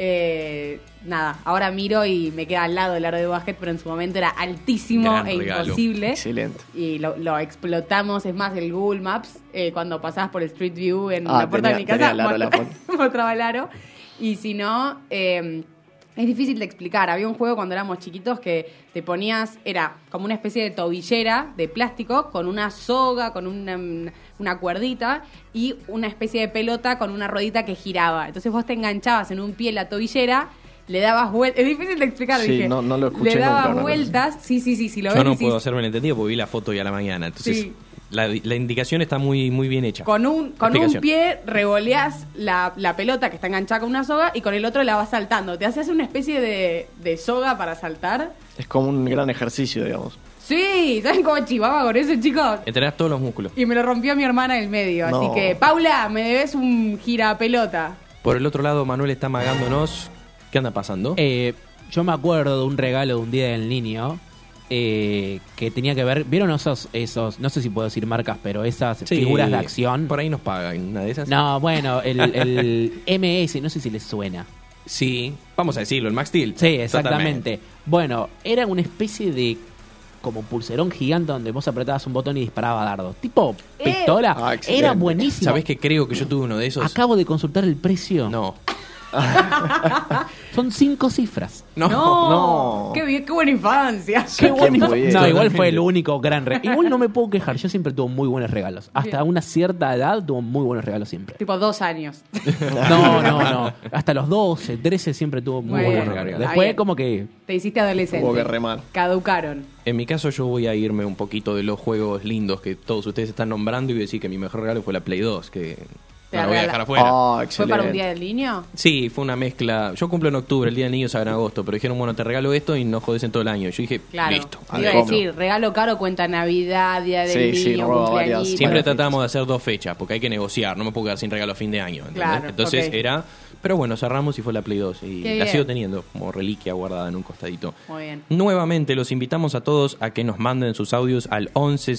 Nada, ahora miro y me queda al lado del aro de básquet, pero en su momento era altísimo Gran e regalo. imposible. Excelente. Y lo explotamos. Es más, el Google Maps, cuando pasabas por Street View en la puerta de mi casa, tenía el aro, mostraba el aro. Y si no, es difícil de explicar. Había un juego cuando éramos chiquitos que te ponías, era como una especie de tobillera de plástico con una soga, con una cuerdita y una especie de pelota con una ruedita que giraba. Entonces vos te enganchabas en un pie la tobillera, le dabas vueltas. Es difícil de explicar, Sí, dije. no lo escuché Le dabas nunca, vueltas. Sí, lo Yo ves. no decís, puedo hacerme el entendido porque vi la foto ya a la mañana. Entonces, Sí. la indicación está muy, muy bien hecha. Con un Explicación. pie revoleás la pelota que está enganchada con una soga y con el otro la vas saltando. Te haces una especie de soga para saltar. Es como un gran ejercicio, digamos. Sí, ¿saben cómo chivaba con eso, chicos? Entrenás todos los músculos. Y me lo rompió mi hermana en el medio. No. Así que, Paula, me debes un girapelota. Por el otro lado, Manuel está amagándonos. ¿Qué anda pasando? Yo me acuerdo de un regalo de un Día del Niño que tenía que ver... ¿Vieron esos no sé si puedo decir marcas, pero esas Sí, figuras de acción? Por ahí nos pagan una de esas. No, bueno, el MS, no sé si les suena. Sí, vamos a decirlo, el Max Steel. Sí, exactamente. Bueno, era una especie de como pulserón gigante donde vos apretabas un botón y disparaba dardos. Tipo pistola. Ah, excelente. Era buenísimo. ¿Sabés que creo que yo tuve uno de esos? Acabo de consultar el precio. No. Son 5 cifras. No. Qué bien, qué buena infancia. Qué bueno. pudiera? No, igual fue el único gran regalo. Igual no me puedo quejar, yo siempre tuve muy buenos regalos. Hasta Bien. una cierta edad tuvo muy buenos regalos siempre. Tipo 2 años. No. Hasta los 12, 13 siempre tuvo muy Bueno, buenos está regalos. bien. Después como que... Te hiciste adolescente. Hubo que remar. Caducaron. En mi caso yo voy a irme un poquito de los juegos lindos que todos ustedes están nombrando y voy a decir que mi mejor regalo fue la Play 2, que Te no la voy a regala- dejar afuera. Ah, ¿Fue excelente. para un Día del Niño? Sí, fue una mezcla. Yo cumplo en octubre, el Día del Niño es en agosto, pero dijeron, bueno, te regalo esto y no jodes en todo el año. Yo dije, Claro. listo. Te iba a compro. decir, regalo caro cuenta Navidad, Día del Sí, Niño, roba cumpleaños. varias. Siempre Bueno, tratamos de hacer 2 fechas, porque hay que negociar, no me puedo quedar sin regalo a fin de año. ¿entendés? Claro, Entonces ok. era... Pero bueno, cerramos y fue la Play 2 y Qué la bien. sigo teniendo como reliquia guardada en un costadito. Muy bien. Nuevamente los invitamos a todos a que nos manden sus audios al 11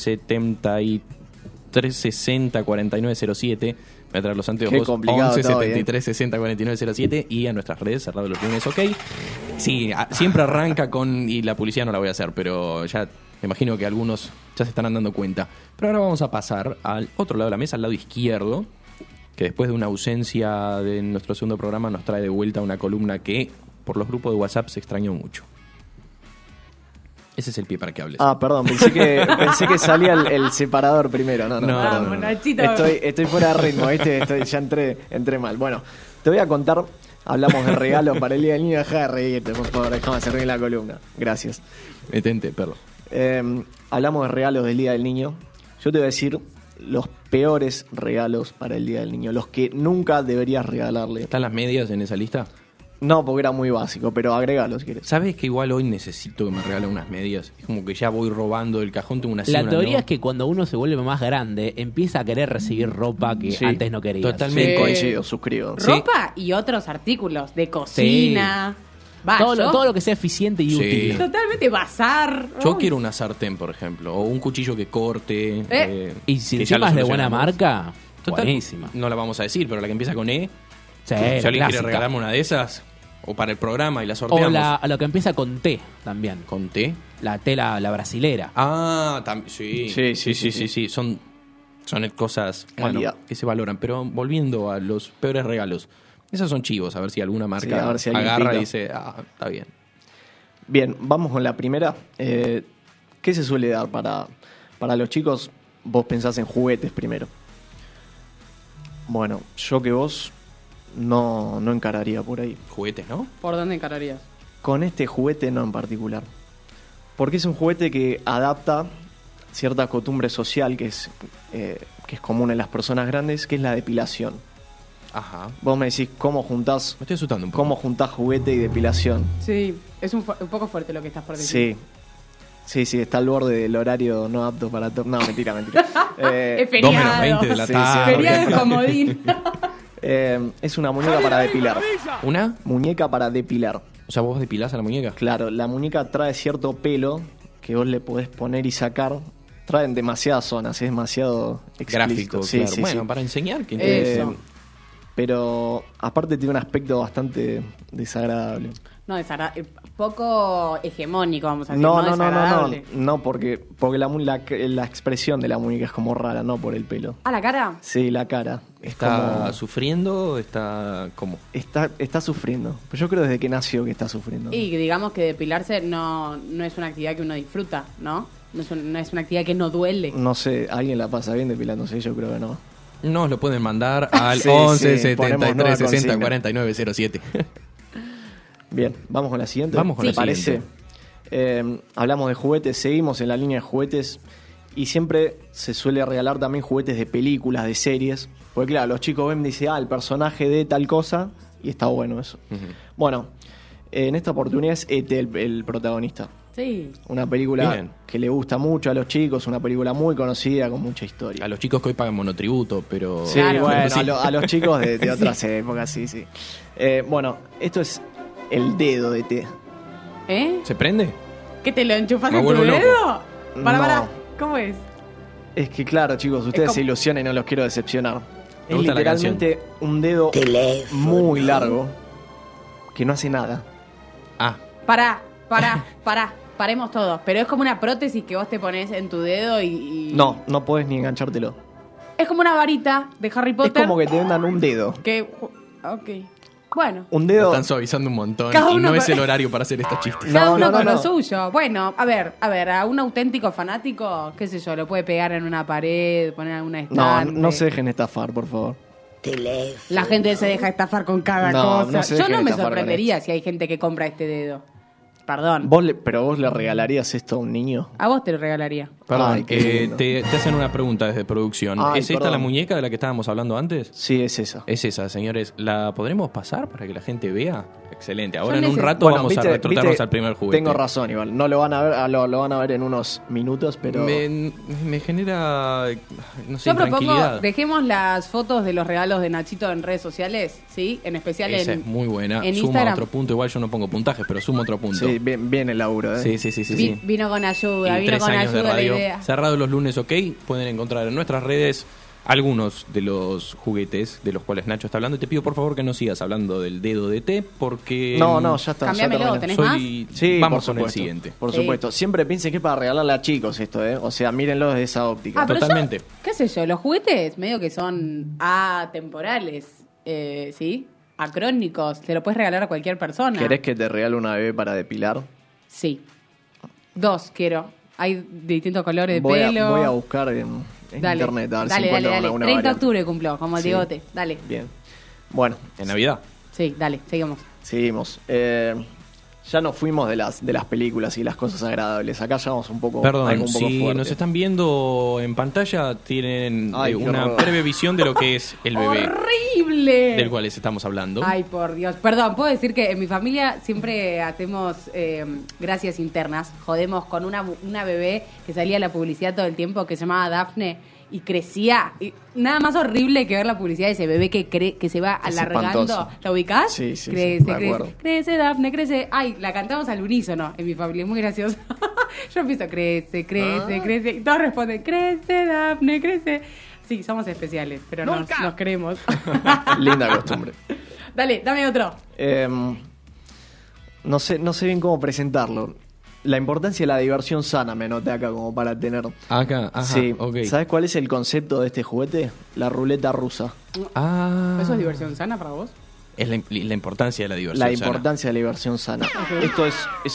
73 60 49 07. Voy a traer los anteojos. Qué complicado 11 todo, 73 60 49 07 y a nuestras redes Cerrado los Lunes, ok. Sí, siempre arranca con... Y la publicidad no la voy a hacer, pero ya me imagino que algunos ya se estarán dando cuenta. Pero ahora vamos a pasar al otro lado de la mesa, al lado izquierdo, que después de una ausencia de nuestro segundo programa nos trae de vuelta una columna que por los grupos de WhatsApp se extrañó mucho. Ese es el pie para que hables. Ah, perdón, pensé que salía el separador primero. No, No, perdón. Vamos, Nachito. Estoy fuera de ritmo, ¿viste? Ya entré mal. Bueno, te voy a contar, hablamos de regalos para el Día del Niño. Deja de reírte, por favor, déjame hacer bien la columna. Gracias. Detente, perdón. Hablamos de regalos del Día del Niño. Yo te voy a decir los peores regalos para el Día del Niño, los que nunca deberías regalarle. ¿Están las medias en esa lista? No, porque era muy básico, pero agrégalo si quieres. ¿Sabes que igual hoy necesito que me regalen unas medias? Es como que ya voy robando del cajón, tengo una La teoría es que cuando uno se vuelve más grande, empieza a querer recibir ropa que antes no quería. Totalmente. Coincido, suscribo. Ropa y otros artículos de cocina. Va, Todo lo que sea eficiente y útil. Totalmente bazar. Yo quiero una sartén, por ejemplo, o un cuchillo que corte. Y si que ya encima lo es de buena solucionamos. marca, Total, buenísima. no la vamos a decir, pero la que empieza con E. Sí, si alguien quiere clásica. regalarme una de esas, o para el programa y la O sorteamos. lo que empieza con T también. ¿Con T? La tela, la brasilera. Ah, sí. Sí. Son cosas Calidad. que se valoran. Pero volviendo a los peores regalos, esos son chivos, a ver si alguna marca a ver si alguien agarra pica. y dice, está bien. Bien, vamos con la primera. ¿Qué se suele dar para los chicos? Vos pensás en juguetes primero. Bueno, yo que vos no encararía por ahí. Juguetes, ¿no? ¿Por dónde encararías? Con este juguete no en particular. Porque es un juguete que adapta cierta costumbre social que es común en las personas grandes, que es la depilación. Ajá. Vos me decís cómo juntás. Me estoy asustando un poco. ¿Cómo juntás juguete y depilación? Sí, es un poco fuerte lo que estás por decir. Sí, está al borde del horario no apto para... No, mentira. Es feriado. 2:20 de la tarde. Feriado de comodín. Es una muñeca para depilar. ¿Una? Muñeca para depilar. O sea, vos depilás a la muñeca. Claro, la muñeca trae cierto pelo que vos le podés poner y sacar. Traen demasiadas zonas, es demasiado Gráfico, explícito. claro. Bueno, para enseñar, que Eso. Pero aparte tiene un aspecto bastante desagradable. No, poco hegemónico, vamos a decir. No, porque la expresión de la muñeca es como rara, no por el pelo. ¿Ah, la cara? Sí, la cara. ¿Está sufriendo? ¿Está cómo? Está sufriendo. Pero yo creo desde que nació que está sufriendo. Y digamos que depilarse no es una actividad que uno disfruta, ¿no? No es una actividad que no duele. No sé, ¿alguien la pasa bien depilándose? Yo creo que no. Nos lo pueden mandar al Sí, 11 sí, ponemos 73 nueva 60 consigna. 49 07. Bien, ¿vamos con la siguiente? Vamos con la parece? siguiente. Hablamos de juguetes, seguimos en la línea de juguetes y siempre se suele regalar también juguetes de películas, de series. Porque claro, los chicos ven y dicen, el personaje de tal cosa y está bueno eso. Bueno, en esta oportunidad es E.T. el protagonista. Sí. Una película Bien. que le gusta mucho a los chicos, una película muy conocida con mucha historia. A los chicos que hoy pagan monotributo, pero... Sí, Claro. bueno, Sí. a los chicos de otras épocas, sí. Bueno, esto es el dedo de T. ¿Eh? ¿Se prende? ¿Qué te lo enchufas Me en tu vuelvo loco. dedo? Para. No. ¿Cómo es? Es que claro, chicos, ustedes como- se ilusionan y no los quiero decepcionar. Me Es gusta la literalmente un dedo muy largo que no hace nada. Pará. Paremos todos. Pero es como una prótesis que vos te pones en tu dedo y... No podés ni enganchártelo. Es como una varita de Harry Es Potter. como que te vendan un dedo. Ok. Bueno. Un Lo dedo. están suavizando un montón Cada y uno no es con- el horario para hacer estos chistes. Cada No, uno no, con no, lo no. suyo. Bueno, a ver, a un auténtico fanático, qué sé yo, lo puede pegar en una pared, poner en una No, estante. no se dejen estafar, por favor. La gente se deja estafar con cada No, cosa. no se Yo dejen no me estafar con sorprendería si hay gente que compra este dedo. Perdón. Pero vos le regalarías esto a un niño. A vos te lo regalaría. Perdón, Ay, qué lindo. te hacen una pregunta desde producción. Ay, ¿Es esta perdón. la muñeca de la que estábamos hablando antes? Sí, es esa. Es esa, señores. ¿La podremos pasar para que la gente vea? Excelente. Ahora Yo en un rato Bueno, vamos viste- a retrotarnos viste, al primer juguete. Tengo razón, igual. No lo van a ver, lo van a ver en unos minutos, pero. Me genera, no sé, Yo propongo, tranquilidad. dejemos las fotos de los regalos de Nachito en redes sociales, ¿sí? En especial Esa en, es muy buena. en Suma Instagram. otro punto. Igual yo no pongo puntajes, pero sumo otro punto. Sí, bien el laburo, ¿eh? Sí. Vino con ayuda, Y vino 3 con años de ayuda la radio. idea. Cerrado los lunes, ok. Pueden encontrar en nuestras redes algunos de los juguetes de los cuales Nacho está hablando. Y te pido por favor que no sigas hablando del dedo de té, porque... No, ya está. Cambiámelo, ya ¿tenés soy... Sí, Vamos por con el supuesto, siguiente. Por Sí. supuesto. Siempre piensen que es para regalarle a chicos esto, ¿eh? O sea, mírenlo desde esa óptica. Ah, pero Totalmente. ¿Qué sé yo? Los juguetes medio que son atemporales, ¿sí? Acrónicos. Te lo puedes regalar a cualquier persona. ¿Querés que te regale una bebé para depilar? Sí. 2 quiero. Hay de distintos colores de Voy pelo. a buscar en internet a ver si dale, encuentro dale. alguna 30 de variante. octubre cumplo, como el Sí. Diegote. Dale. Bien. Bueno, ¿En Navidad? Sí, dale, seguimos. seguimos. Ya nos fuimos de las películas y las cosas agradables. Acá ya vamos un poco, Perdón, algo un poco si fuerte. nos están viendo en pantalla, tienen Ay, qué una horror. breve visión de lo que es el bebé ¡Horrible! del cual les estamos hablando. Ay, por Dios. Perdón, puedo decir que en mi familia siempre hacemos gracias internas. Jodemos con una bebé que salía a la publicidad todo el tiempo que se llamaba Dafne y crecía. Y nada más horrible que ver la publicidad de ese bebé que se va Es alargando. espantoso. ¿La ubicás? Sí, sí, crece, sí, me acuerdo. crece, Dafne, crece. Ay, la cantamos al unísono en mi familia, es muy gracioso. Yo empiezo, crece, crece. Y todos responden, crece, Dafne, crece. Sí, somos especiales, pero nos queremos. Linda costumbre. Dale, dame otro. No sé bien cómo presentarlo. La importancia de la diversión sana me noté acá como para tener. Acá, ajá, Sí. ok. ¿Sabes cuál es el concepto de este juguete? La ruleta rusa. Ah, ¿Eso es diversión sana para vos? es la importancia de la diversión. La sana. importancia de la diversión sana. Ok. Esto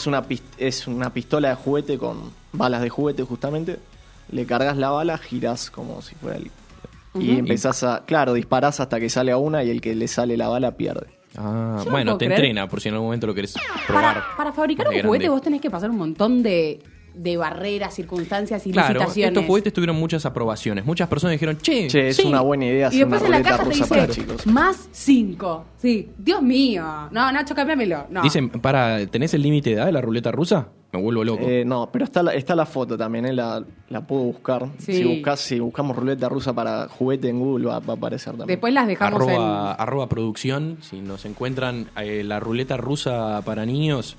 es una pistola de juguete con balas de juguete justamente. Le cargas la bala, girás como si fuera el... Y empezás a... Claro, disparás hasta que sale a una y el que le sale la bala pierde. Ah, Yo no bueno, puedo te creer. entrena por si en algún momento lo querés probar. Para fabricar más un de juguete grande. vos tenés que pasar un montón de barreras, circunstancias y Claro, licitaciones. estos juguetes tuvieron muchas aprobaciones. Muchas personas dijeron, che, Es sí. una buena idea Y hacer una después en la ruleta caja te rusa para dice, chicos. más 5. Sí, Dios mío. No, Nacho, cámbiamelo. No. Dicen, ¿tenés el límite de edad de la ruleta rusa? Me vuelvo loco. No, pero está la foto también, la puedo buscar. Sí. Si buscamos ruleta rusa para juguete en Google va a aparecer también. Después las dejamos arroba producción, si nos encuentran la ruleta rusa para niños,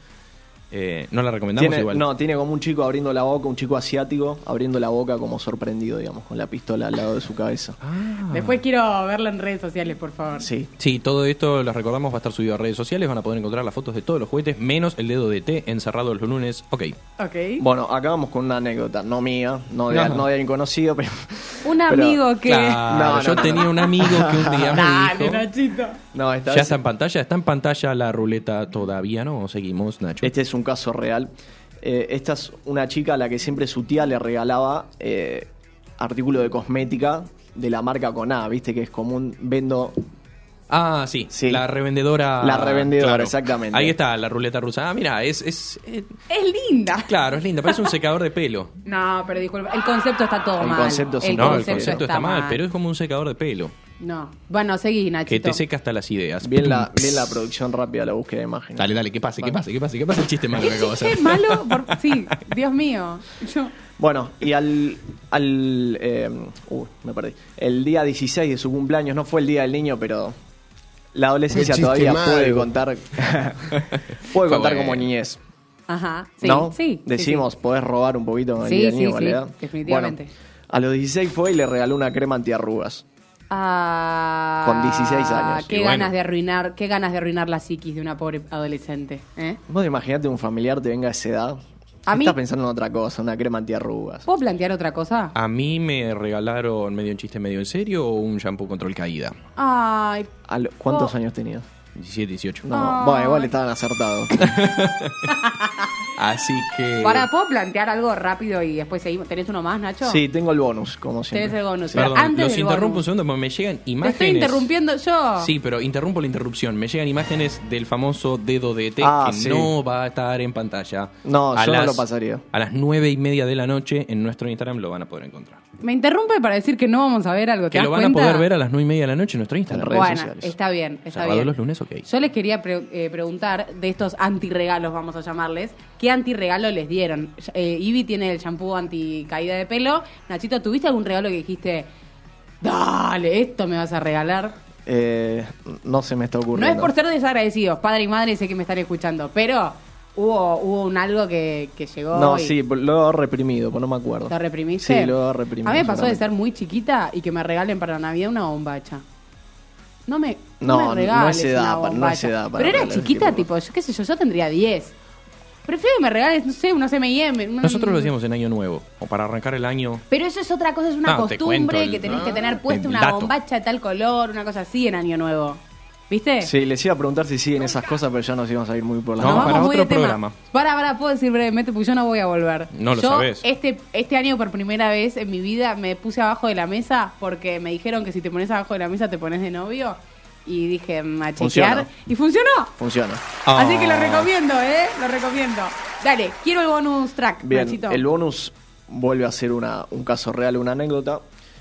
no la recomendamos igual. No, tiene como un chico abriendo la boca, un chico asiático abriendo la boca como sorprendido, digamos, con la pistola al lado de su cabeza. Después quiero verlo en redes sociales, por favor. Sí. Sí, todo esto, les recordamos, va a estar subido a redes sociales, van a poder encontrar las fotos de todos los juguetes, menos el dedo de té encerrado los lunes. Ok. Ok. Bueno, acá vamos con una anécdota, no mía, no de alguien conocido, pero... Un amigo que... Claro, yo tenía un amigo que un día me Dale, dijo... Nachito. No, esta ¿Ya vez- está en pantalla? ¿Está en pantalla la ruleta todavía? ¿No? Seguimos, Nacho. Este es un caso real. Esta es una chica a la que siempre su tía le regalaba artículo de cosmética de la marca Coná, viste que es común, vendo... Ah, sí, Sí. la revendedora. La revendedora, claro. exactamente. Ahí está la ruleta rusa. Ah, mira, es Es linda. claro, es linda, parece un secador de pelo. No, pero disculpa, el concepto está todo El mal. concepto es un- No, el concepto está mal, pero es como un secador de pelo No. Bueno, seguí, que Nachito. te seca hasta las ideas. Bien la producción rápida, la búsqueda de imágenes. Dale, que pase el chiste malo que acabo de Qué hacer. malo. Sí, Dios mío. Bueno, y me perdí. El día 16 de su cumpleaños, no fue el día del niño, pero la adolescencia Qué chiste todavía malo. puede contar Fue como bueno. niñez. Ajá. Sí, ¿No? sí. Decimos, podés robar un poquito con el Sí, día del sí, niño, sí, ¿verdad? definitivamente. Bueno, a los 16 fue y le regaló una crema antiarrugas. Ah, Con 16 años. Qué Y ganas bueno. qué ganas de arruinar la psiquis de una pobre adolescente, ¿eh? Vos imaginate un familiar te venga a esa edad. A mí- Estás pensando en otra cosa, una crema antiarrugas. ¿Puedo plantear otra cosa? A mí me regalaron medio en chiste, medio en serio o un shampoo control caída. Ay, ¿Cuántos Oh. años tenías? 17, 18. No, Ay. bueno, igual estaban acertados. Así que... ¿puedo plantear algo rápido y después seguimos? ¿Tenés uno más, Nacho? Sí, tengo el bonus, como siempre. Tenés el bonus. Pero Perdón, antes los del interrumpo bonus. un segundo porque me llegan ¿Te imágenes... estoy interrumpiendo yo? Sí, pero interrumpo la interrupción. Me llegan imágenes del famoso dedo de té que sí. no va a estar en pantalla. No, yo no lo pasaría. A las 9:30 de la noche en nuestro Instagram lo van a poder encontrar. Me interrumpe para decir que no vamos a ver algo. ¿te Que das lo van cuenta? a poder ver a las 9:30 de la noche en nuestro Instagram. Bueno, está bien, está Cerrado bien. los lunes, ok. Yo les quería preguntar de estos antirregalos, vamos a llamarles, ¿qué antirregalo les dieron? Ivy tiene el shampoo anticaída de pelo. Nachito, ¿tuviste algún regalo que dijiste, dale, esto me vas a regalar? No se me está No ocurriendo. es por ser desagradecidos, padre y madre, sé que me están escuchando, pero hubo un algo que llegó No, y sí, lo he reprimido, pues no me acuerdo. ¿lo reprimiste? Sí, lo he reprimido. A mí me pasó de seguramente. ser muy chiquita y que me regalen para Navidad una bombacha. No me No, regales no es edad una no es bombacha. edad para Pero era regalar chiquita, ese tipo, yo qué sé yo tendría 10. Prefiero que me regales, no sé, unos M&M. Nosotros lo hacíamos en Año Nuevo, o para arrancar el año. Pero eso es otra cosa, es una No, te cuento costumbre el- que tenés que tener puesta el una dato. bombacha de tal color, una cosa así en Año Nuevo. ¿Viste? Sí, les iba a preguntar si siguen esas cosas, pero ya nos íbamos a ir muy por las No, ramas. para muy otro de tema. programa. Para, puedo decir brevemente porque yo no voy a volver. No lo Yo, sabés. Este año por primera vez en mi vida me puse abajo de la mesa porque me dijeron que si te pones abajo de la mesa te pones de novio. y dije, a chequear. Funcionó. Y funcionó. Funciona. Así que lo recomiendo, Lo recomiendo. Dale, quiero el bonus track, Bien, Nachito. el bonus vuelve a ser un caso real, una anécdota.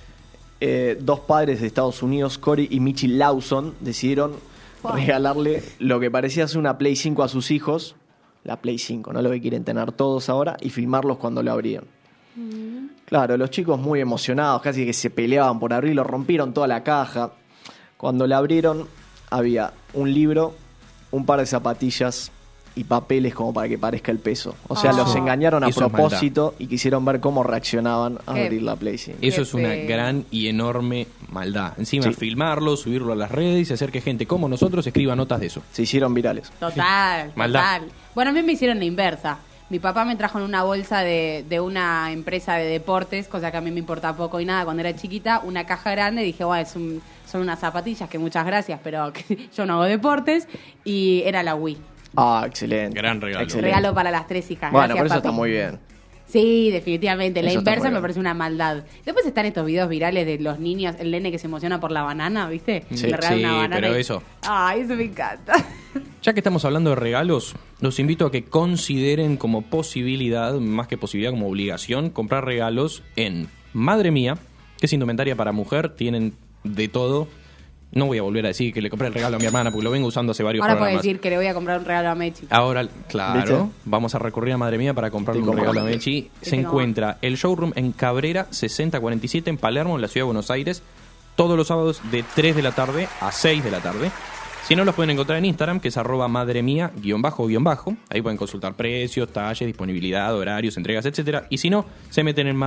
Dos padres de Estados Unidos, Corey y Michi Lawson, decidieron regalarle lo que parecía ser una Play 5 a sus hijos. La Play 5, ¿no? Lo que quieren tener todos ahora, y filmarlos cuando lo abrían. Claro, los chicos muy emocionados, casi que se peleaban por abrirlo, rompieron toda la caja. Cuando la abrieron, había un libro, un par de zapatillas y papeles como para que parezca el peso. O sea, los engañaron a Eso es propósito y quisieron ver cómo reaccionaban a Qué abrir la Play 5. Eso es una gran y enorme maldad. Encima, Sí. filmarlo, subirlo a las redes y hacer que gente como nosotros escriba notas de eso. Se hicieron virales. Total, Maldad. total. Bueno, a mí me hicieron la inversa. Mi papá me trajo en una bolsa de una empresa de deportes, cosa que a mí me importa poco y nada cuando era chiquita, una caja grande. Dije, bueno, son unas zapatillas que muchas gracias, pero yo no hago deportes. Y era la Wii. Ah, excelente. Gran regalo. Excelente. Regalo para las 3 hijas. Bueno, Gracias, pero eso papi. está muy bien. Sí, definitivamente. La Eso está inversa muy me bien. parece una maldad. Después están estos videos virales de los niños, el nene que se emociona por la banana, ¿viste? Sí. Le regalan Sí, una banana pero y- eso. Ay, eso me encanta. Ya que estamos hablando de regalos, los invito a que consideren como posibilidad, más que posibilidad, como obligación, comprar regalos en Madre Mía, que es indumentaria para mujer, tienen de todo. No voy a volver a decir que le compré el regalo a mi hermana porque lo vengo usando hace varios Ahora puedo programas. decir que le voy a comprar un regalo a Mechi. Ahora, claro, ¿Viste? vamos a recurrir a Madre Mía para comprarle Estoy un regalo a cómodo. Mechi. Se Estoy encuentra el showroom en Cabrera 6047 en Palermo, en la ciudad de Buenos Aires, todos los sábados de 3 de la tarde a 6 de la tarde. Si no, los pueden encontrar en Instagram, que es @madremia__. Ahí pueden consultar precios, talles, disponibilidad, horarios, entregas, etcétera. Y si no, se meten en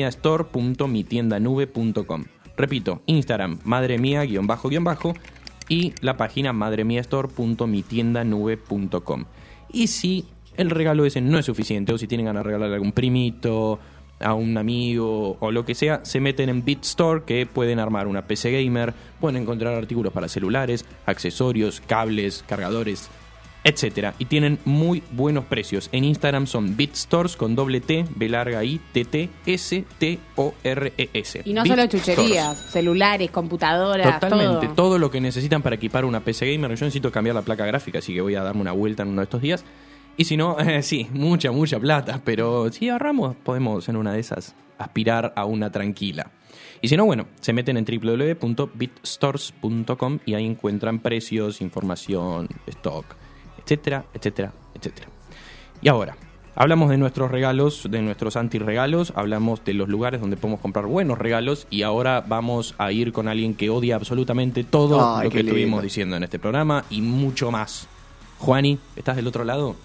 madremiastore.mitiendanube.com. Repito, Instagram, madremia__, y la página madremiastore.mitiendanube.com. Y si el regalo ese no es suficiente, o si tienen ganas de regalarle a algún primito, a un amigo o lo que sea, se meten en BitStore, que pueden armar una PC gamer, pueden encontrar artículos para celulares, accesorios, cables, cargadores, etcétera, y tienen muy buenos precios. En Instagram son BitStores con doble T, B larga I, T T S T O R E S. Y no solo BitStores. chucherías, celulares, computadoras, Totalmente, todo. todo lo que necesitan para equipar una PC gamer. Yo necesito cambiar la placa gráfica, así que voy a darme una vuelta en uno de estos días. Y si no, sí, mucha plata, pero si ahorramos, podemos en una de esas aspirar a una tranquila. Y si no, bueno, se meten en www.bitstores.com y ahí encuentran precios, información, stock, etcétera, etcétera, etcétera. Y ahora, hablamos de nuestros regalos, de nuestros anti-regalos, hablamos de los lugares donde podemos comprar buenos regalos, y ahora vamos a ir con alguien que odia absolutamente todo Ay, lo que qué lindo. estuvimos diciendo en este programa y mucho más. Juani, ¿estás del otro lado?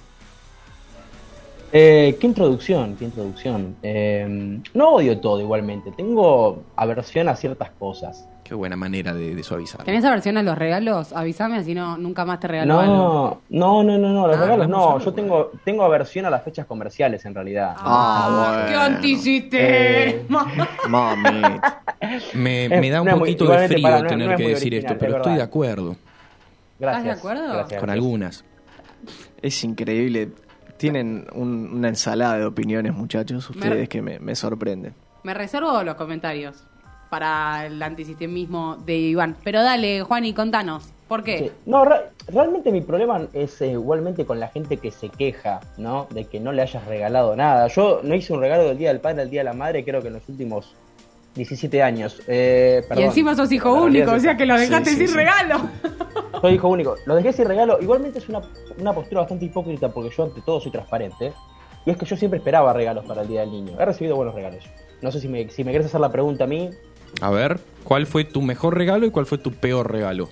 Qué introducción, qué introducción. No odio todo igualmente, tengo aversión a ciertas cosas. Qué buena manera de suavizar. ¿Tenés aversión a los regalos? Avísame, así no, nunca más te regalo algo. No, los Ah, regalos no, hablamos yo tengo aversión a las fechas comerciales en realidad. ¡Qué antisistema! Mami. Me da un no es muy- poquito de igualmente frío para- no tener es que muy decir original, esto, pero es estoy de verdad. acuerdo Gracias. ¿Estás de acuerdo? Gracias. con algunas. Es increíble. Tienen una ensalada de opiniones, muchachos, ustedes que me sorprenden. Me reservo los comentarios para el antisistemismo de Iván. Pero dale, Juani, contanos. ¿Por qué? Sí. No, realmente mi problema es igualmente con la gente que se queja, ¿no? De que no le hayas regalado nada. Yo no hice un regalo del Día del Padre al Día de la Madre, creo que en los últimos 17 años. Y encima sos hijo único, o sea que lo dejaste sin regalo. Soy hijo único. Lo dejé sin regalo. Igualmente es una postura bastante hipócrita porque yo ante todo soy transparente. Y es que yo siempre esperaba regalos para el Día del Niño. He recibido buenos regalos. No sé si me querés hacer la pregunta a mí. A ver, ¿cuál fue tu mejor regalo y cuál fue tu peor regalo?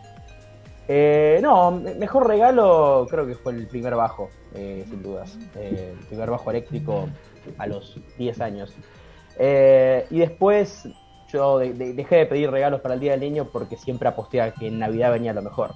Mejor regalo creo que fue el primer bajo, sin dudas. El primer bajo eléctrico a los 10 años. Y después yo dejé de pedir regalos para el Día del Niño porque siempre aposté a que en Navidad venía lo mejor.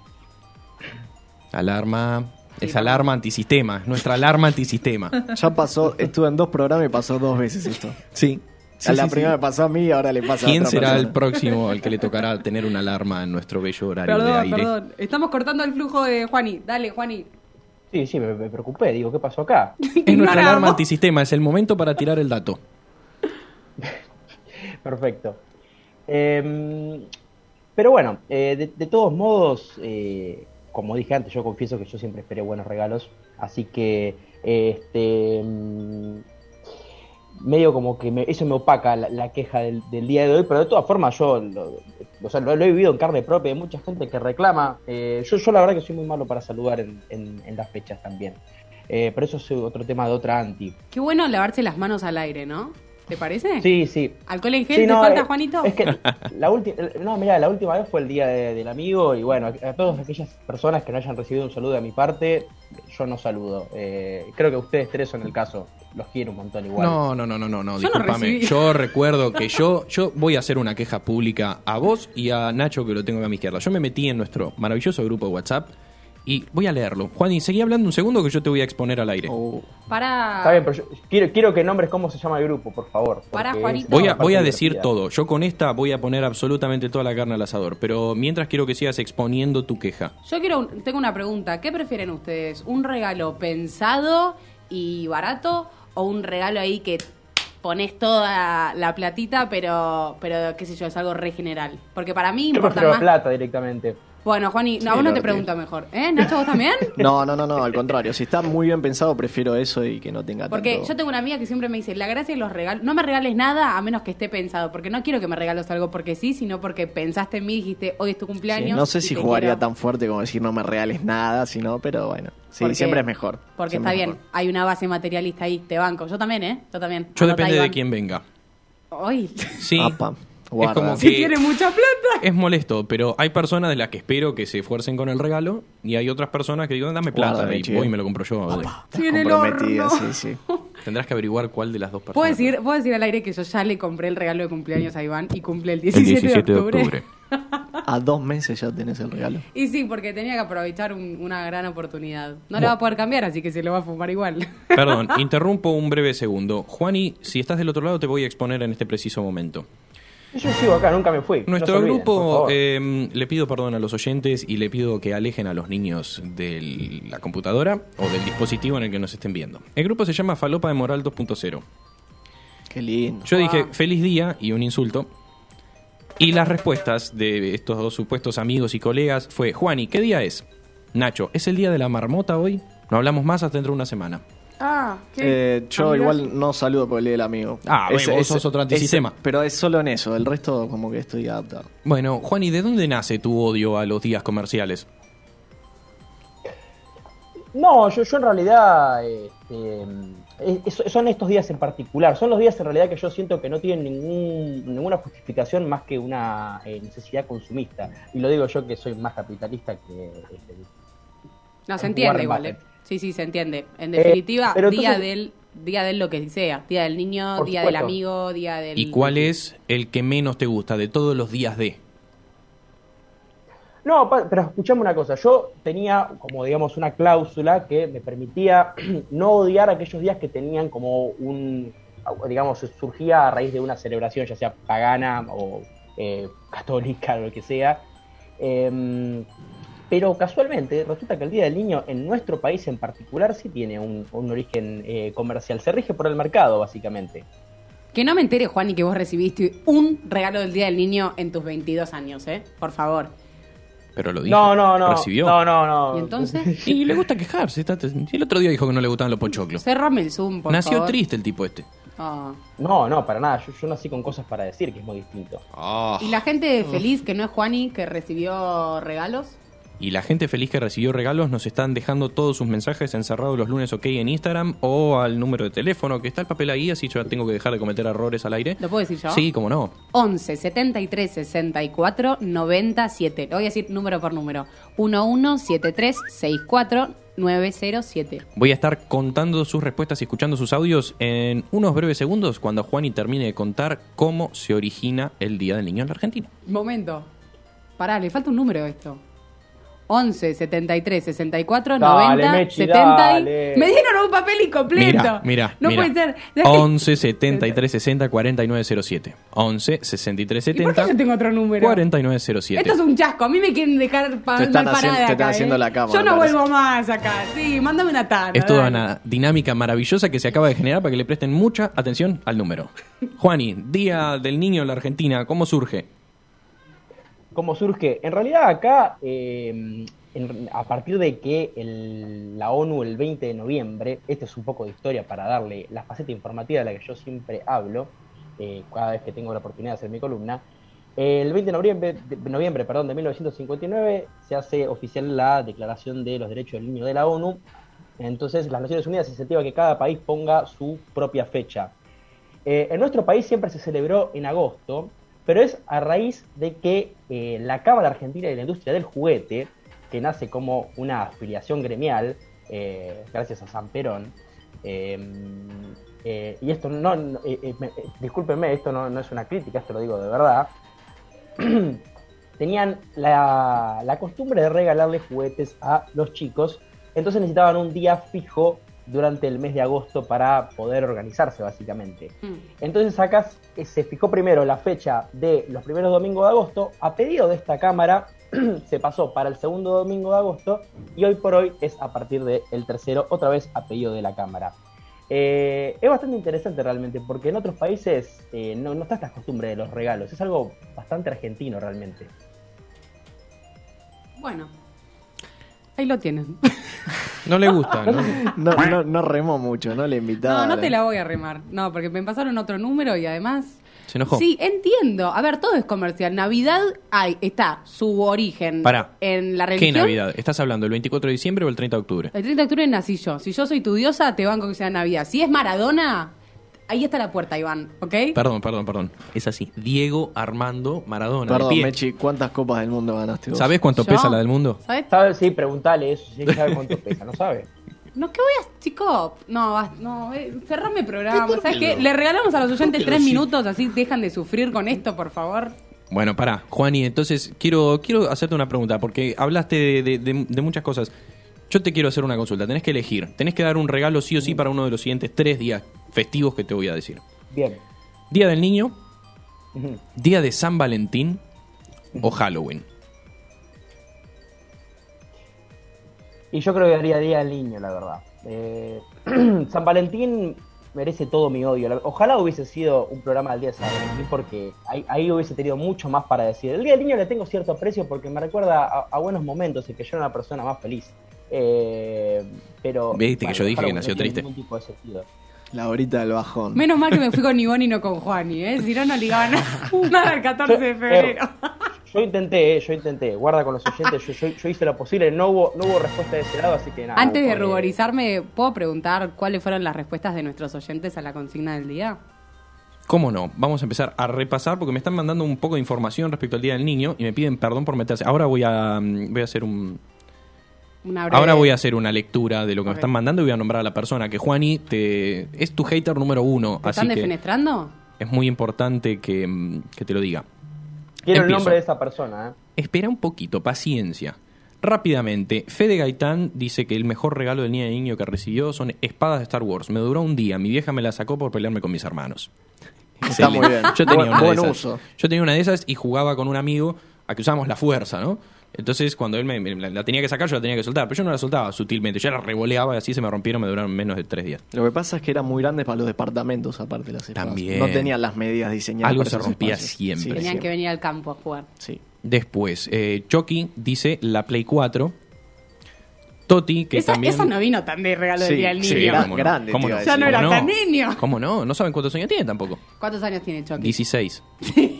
Alarma. Es alarma antisistema, nuestra alarma antisistema. Ya pasó, estuve en 2 programas y pasó 2 veces esto. Sí. A la primera me pasó a mí y ahora le pasa a ¿Quién otra será persona. el próximo al que le tocará tener una alarma en nuestro bello horario de aire? Perdón. Estamos cortando el flujo de Juani. Dale, Juani. Sí, me preocupé. Digo, ¿qué pasó acá? Es nuestra alarma antisistema, es el momento para tirar el dato. Perfecto. Pero bueno, de todos modos, como dije antes, yo confieso que yo siempre esperé buenos regalos, así que medio como que eso me opaca la queja del día de hoy, pero de todas formas yo lo he vivido en carne propia, hay mucha gente que reclama. Yo la verdad que soy muy malo para saludar en las fechas también, pero eso es otro tema de otra anti. Qué bueno lavarse las manos al aire, ¿no? ¿Te parece? Sí. ¿Alcohol en gel te falta, Juanito? Es que la última vez fue el día del amigo, y bueno, a todas aquellas personas que no hayan recibido un saludo de mi parte, yo no saludo. Creo que ustedes tres son el caso. Los quiero un montón igual. No, discúlpame. Yo recuerdo que yo voy a hacer una queja pública a vos y a Nacho, que lo tengo acá a mi izquierda. Yo me metí en nuestro maravilloso grupo de WhatsApp y voy a leerlo. Juani, seguí hablando un segundo que yo te voy a exponer al aire. Está bien, pero yo quiero que nombres cómo se llama el grupo, por favor. Para, Juanito. Voy a decir todo. Yo con esta voy a poner absolutamente toda la carne al asador. Pero mientras quiero que sigas exponiendo tu queja. Tengo una pregunta. ¿Qué prefieren ustedes? ¿Un regalo pensado y barato o un regalo ahí que pones toda la platita, pero qué sé yo, es algo re general? Porque para mí yo importa prefiero más... plata directamente. Bueno, Juani, a vos no te pregunto mejor. ¿Nacho, vos también? No, al contrario. Si está muy bien pensado, prefiero eso y que no tenga Porque tanto... yo tengo una amiga que siempre me dice, la gracia de los regalos, no me regales nada a menos que esté pensado, porque no quiero que me regales algo porque sí, sino porque pensaste en mí y dijiste, hoy es tu cumpleaños. Sí, no sé si jugaría quiero... tan fuerte como decir no me regales nada, sino, pero bueno, sí, Porque siempre es mejor. Porque siempre está es bien, mejor. hay una base materialista ahí, te banco. Yo también, Yo también. Yo Anota, depende de Iván. quién venga. Ay. Sí. Apa, Es guarda. como Si que tiene mucha plata. es molesto, pero hay personas de las que espero que se esfuercen con el regalo y hay otras personas que digo, dame plata Guarda, y chico. voy y me lo compro yo. Estás Tiene el comprometida, horno. sí. Tendrás que averiguar cuál de las dos personas. ¿Puedo decir al aire que yo ya le compré el regalo de cumpleaños a Iván y cumple el El 17 de octubre? A 2 meses ya tenés el regalo. Y sí, porque tenía que aprovechar una gran oportunidad. No le va a poder cambiar, así que se lo va a fumar igual. Perdón, interrumpo un breve segundo. Juani, si estás del otro lado te voy a exponer en este preciso momento. Yo sigo acá, nunca me fui. Nuestro no se olviden, por grupo, favor. le pido perdón a los oyentes y le pido que alejen a los niños de la computadora o del dispositivo en el que nos estén viendo. El grupo se llama Falopa de Moral 2.0. Qué lindo. Yo dije feliz día y un insulto. Y las respuestas de estos dos supuestos amigos y colegas fue: Juani, ¿qué día es? Nacho, ¿es el día de la marmota hoy? No hablamos más hasta dentro de una semana. Yo igual no saludo por el día del amigo. Vos sos otro antisistema. Pero es solo en eso, el resto como que estoy adaptado. Bueno, Juani, ¿de dónde nace tu odio a los días comerciales? No, yo en realidad son estos días en particular. Son los días en realidad que yo siento que no tienen ninguna justificación más que una necesidad consumista. Y lo digo yo que soy más capitalista que... No, se entiende igual, Buffett. Sí, se entiende. En definitiva, pero día entonces- del lo que sea. Día del niño, Por día del supuesto. amigo, día del... ¿Y cuál es el que menos te gusta de todos los días de? No, pero escuchame una cosa. Yo tenía como, digamos, una cláusula que me permitía no odiar aquellos días que tenían como digamos, surgía a raíz de una celebración, ya sea pagana o católica, lo que sea. Pero casualmente resulta que el Día del Niño en nuestro país en particular sí tiene un origen comercial. Se rige por el mercado, básicamente. Que no me entere, Juan, y que vos recibiste un regalo del Día del Niño en tus 22 años, por favor. Pero lo dijo. No. ¿Recibió? No. ¿Y entonces? Y le gusta quejarse. El otro día dijo que no le gustaban los pochoclos. Cerrame el Zoom, por Nació favor. triste el tipo este. Ah. No, para nada. Yo nací con cosas para decir, que es muy distinto. ¿Y la gente feliz que no es Juani, que recibió regalos? Y la gente feliz que recibió regalos nos están dejando todos sus mensajes encerrados los lunes OK en Instagram o al número de teléfono que está el papel ahí, así yo tengo que dejar de cometer errores al aire. ¿Lo puedo decir yo? Sí, cómo no. 11 73 64 97. Lo voy a decir número por número. 1173 64 907. Voy a estar contando sus respuestas y escuchando sus audios en unos breves segundos cuando Juani termine de contar cómo se origina el Día del Niño en la Argentina. Momento. Pará, le falta un número a esto. 11 73 64 Dale, 90 Mechi, 70 dale. Me dieron un papel incompleto. Mira. No puede ser. 11 73 60 4907. 11 63 ¿Y por 70 qué yo tengo otro número? 4907. Esto es un chasco. A mí me quieren dejar Te mal están parada te acá, están haciendo la cama. Yo no me parece. vuelvo más acá. Sí, mándame una tanda. Es toda dale. una dinámica maravillosa que se acaba de generar para que le presten mucha atención al número. Juani, Día del Niño en la Argentina, ¿cómo surge? ¿Cómo surge? En realidad acá, a partir de que la ONU el 20 de noviembre, este es un poco de historia para darle la faceta informativa de la que yo siempre hablo, cada vez que tengo la oportunidad de hacer mi columna, el 20 de noviembre de 1959 se hace oficial la Declaración de los Derechos del Niño de la ONU. Entonces las Naciones Unidas incentiva que cada país ponga su propia fecha. En nuestro país siempre se celebró en agosto, pero es a raíz de que la Cámara Argentina de la Industria del Juguete, que nace como una afiliación gremial, gracias a San Perón, y esto discúlpenme, esto no es una crítica, esto lo digo de verdad, tenían la costumbre de regalarle juguetes a los chicos, entonces necesitaban un día fijo durante el mes de agosto para poder organizarse, básicamente. Entonces acá se fijó primero la fecha de los primeros domingos de agosto, a pedido de esta Cámara se pasó para el segundo domingo de agosto, y hoy por hoy es a partir del tercero, otra vez a pedido de la Cámara. Es bastante interesante realmente, porque en otros países no está esta costumbre de los regalos, es algo bastante argentino realmente. Bueno, ahí lo tienen. No le gusta, ¿no? No remó mucho, no le invitaba. No te la voy a remar. No, porque me pasaron otro número y además... Se enojó. Sí, entiendo. A ver, todo es comercial. Navidad está su origen en la religión. ¿Qué Navidad? ¿Estás hablando el 24 de diciembre o el 30 de octubre? El 30 de octubre nací yo. Si yo soy tu diosa, te banco que sea Navidad. Si es Maradona, ahí está la puerta, Iván, ¿ok? Perdón. Es así. Diego Armando Maradona. Perdón, Mechi, ¿cuántas copas del mundo ganaste vos? ¿Sabés cuánto pesa la del mundo? ¿Sabes? Sí, preguntale eso, si sabe cuánto pesa, ¿no sabe? No, ¿qué voy a...? Chico, cerrame el programa. ¿Sabes qué? Le regalamos a los oyentes 3 minutos, así dejan de sufrir con esto, por favor. Bueno, pará, Juani, entonces quiero hacerte una pregunta, porque hablaste de muchas cosas. Yo te quiero hacer una consulta, tenés que elegir. Tenés que dar un regalo sí o sí para uno de los siguientes 3 días festivos que te voy a decir. Bien. Día del Niño, Día de San Valentín o Halloween. Y yo creo que haría Día del Niño, la verdad. San Valentín merece todo mi odio. Ojalá hubiese sido un programa del Día de San Valentín, porque ahí hubiese tenido mucho más para decir. El Día del Niño le tengo cierto aprecio porque me recuerda a buenos momentos y que yo era una persona más feliz. Pero viste que yo dije que nació triste. Tipo de sentido. La horita del bajón. Menos mal que me fui con Iván y no con Juani, Si no ligaba nada el 14 de febrero. Yo intenté, guarda con los oyentes, yo hice lo posible, no hubo respuesta de ese lado, así que nada. Antes de ruborizarme, ¿puedo preguntar cuáles fueron las respuestas de nuestros oyentes a la consigna del día? ¿Cómo no? Vamos a empezar a repasar porque me están mandando un poco de información respecto al Día del Niño y me piden perdón por meterse. Ahora voy a hacer Ahora voy a hacer una lectura de lo que me están mandando y voy a nombrar a la persona que Juani es tu hater número 1. ¿Te están defenestrando? Es muy importante que te lo diga. Quiero el nombre de esa persona. Espera un poquito, paciencia. Rápidamente, Fede Gaitán dice que el mejor regalo del Día del Niño que recibió son espadas de Star Wars. Me duró un día, mi vieja me la sacó por pelearme con mis hermanos. Está muy bien. Yo tenía una buen de esas. uso. Yo tenía una de esas y jugaba con un amigo a que usábamos la fuerza, ¿no? Entonces, cuando él me la tenía que sacar, yo la tenía que soltar. Pero yo no la soltaba sutilmente. Yo la revoleaba y así se me rompieron, me duraron menos de 3 días. Lo que pasa es que eran muy grandes para los departamentos, aparte las espadas. También. No tenían las medidas diseñadas. Algo para se esos rompía espacios. siempre. Tenían que venir al campo a jugar. Sí. Después, Chucky dice la Play 4. Toti, que también... Esa no vino tan de regalo del Día del Niño. Sí, era grande. ¿Cómo no? Ya no era tan niño. ¿Cómo no? No saben cuántos años tiene tampoco. ¿Cuántos años tiene Chucky? 16. Sí.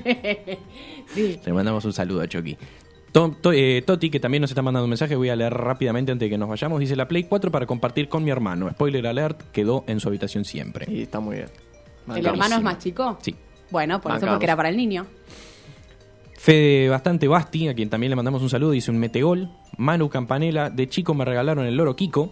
Le mandamos un saludo a Chucky. Toti, que también nos está mandando un mensaje, voy a leer rápidamente antes de que nos vayamos. Dice la Play 4 para compartir con mi hermano. Spoiler alert, quedó en su habitación siempre. Y está muy bien. ¿El hermano es más chico? Sí. Bueno, por eso porque era para el niño. Fede Bastante Basti, a quien también le mandamos un saludo, dice un metegol. Manu Campanella, de chico me regalaron el loro Kiko.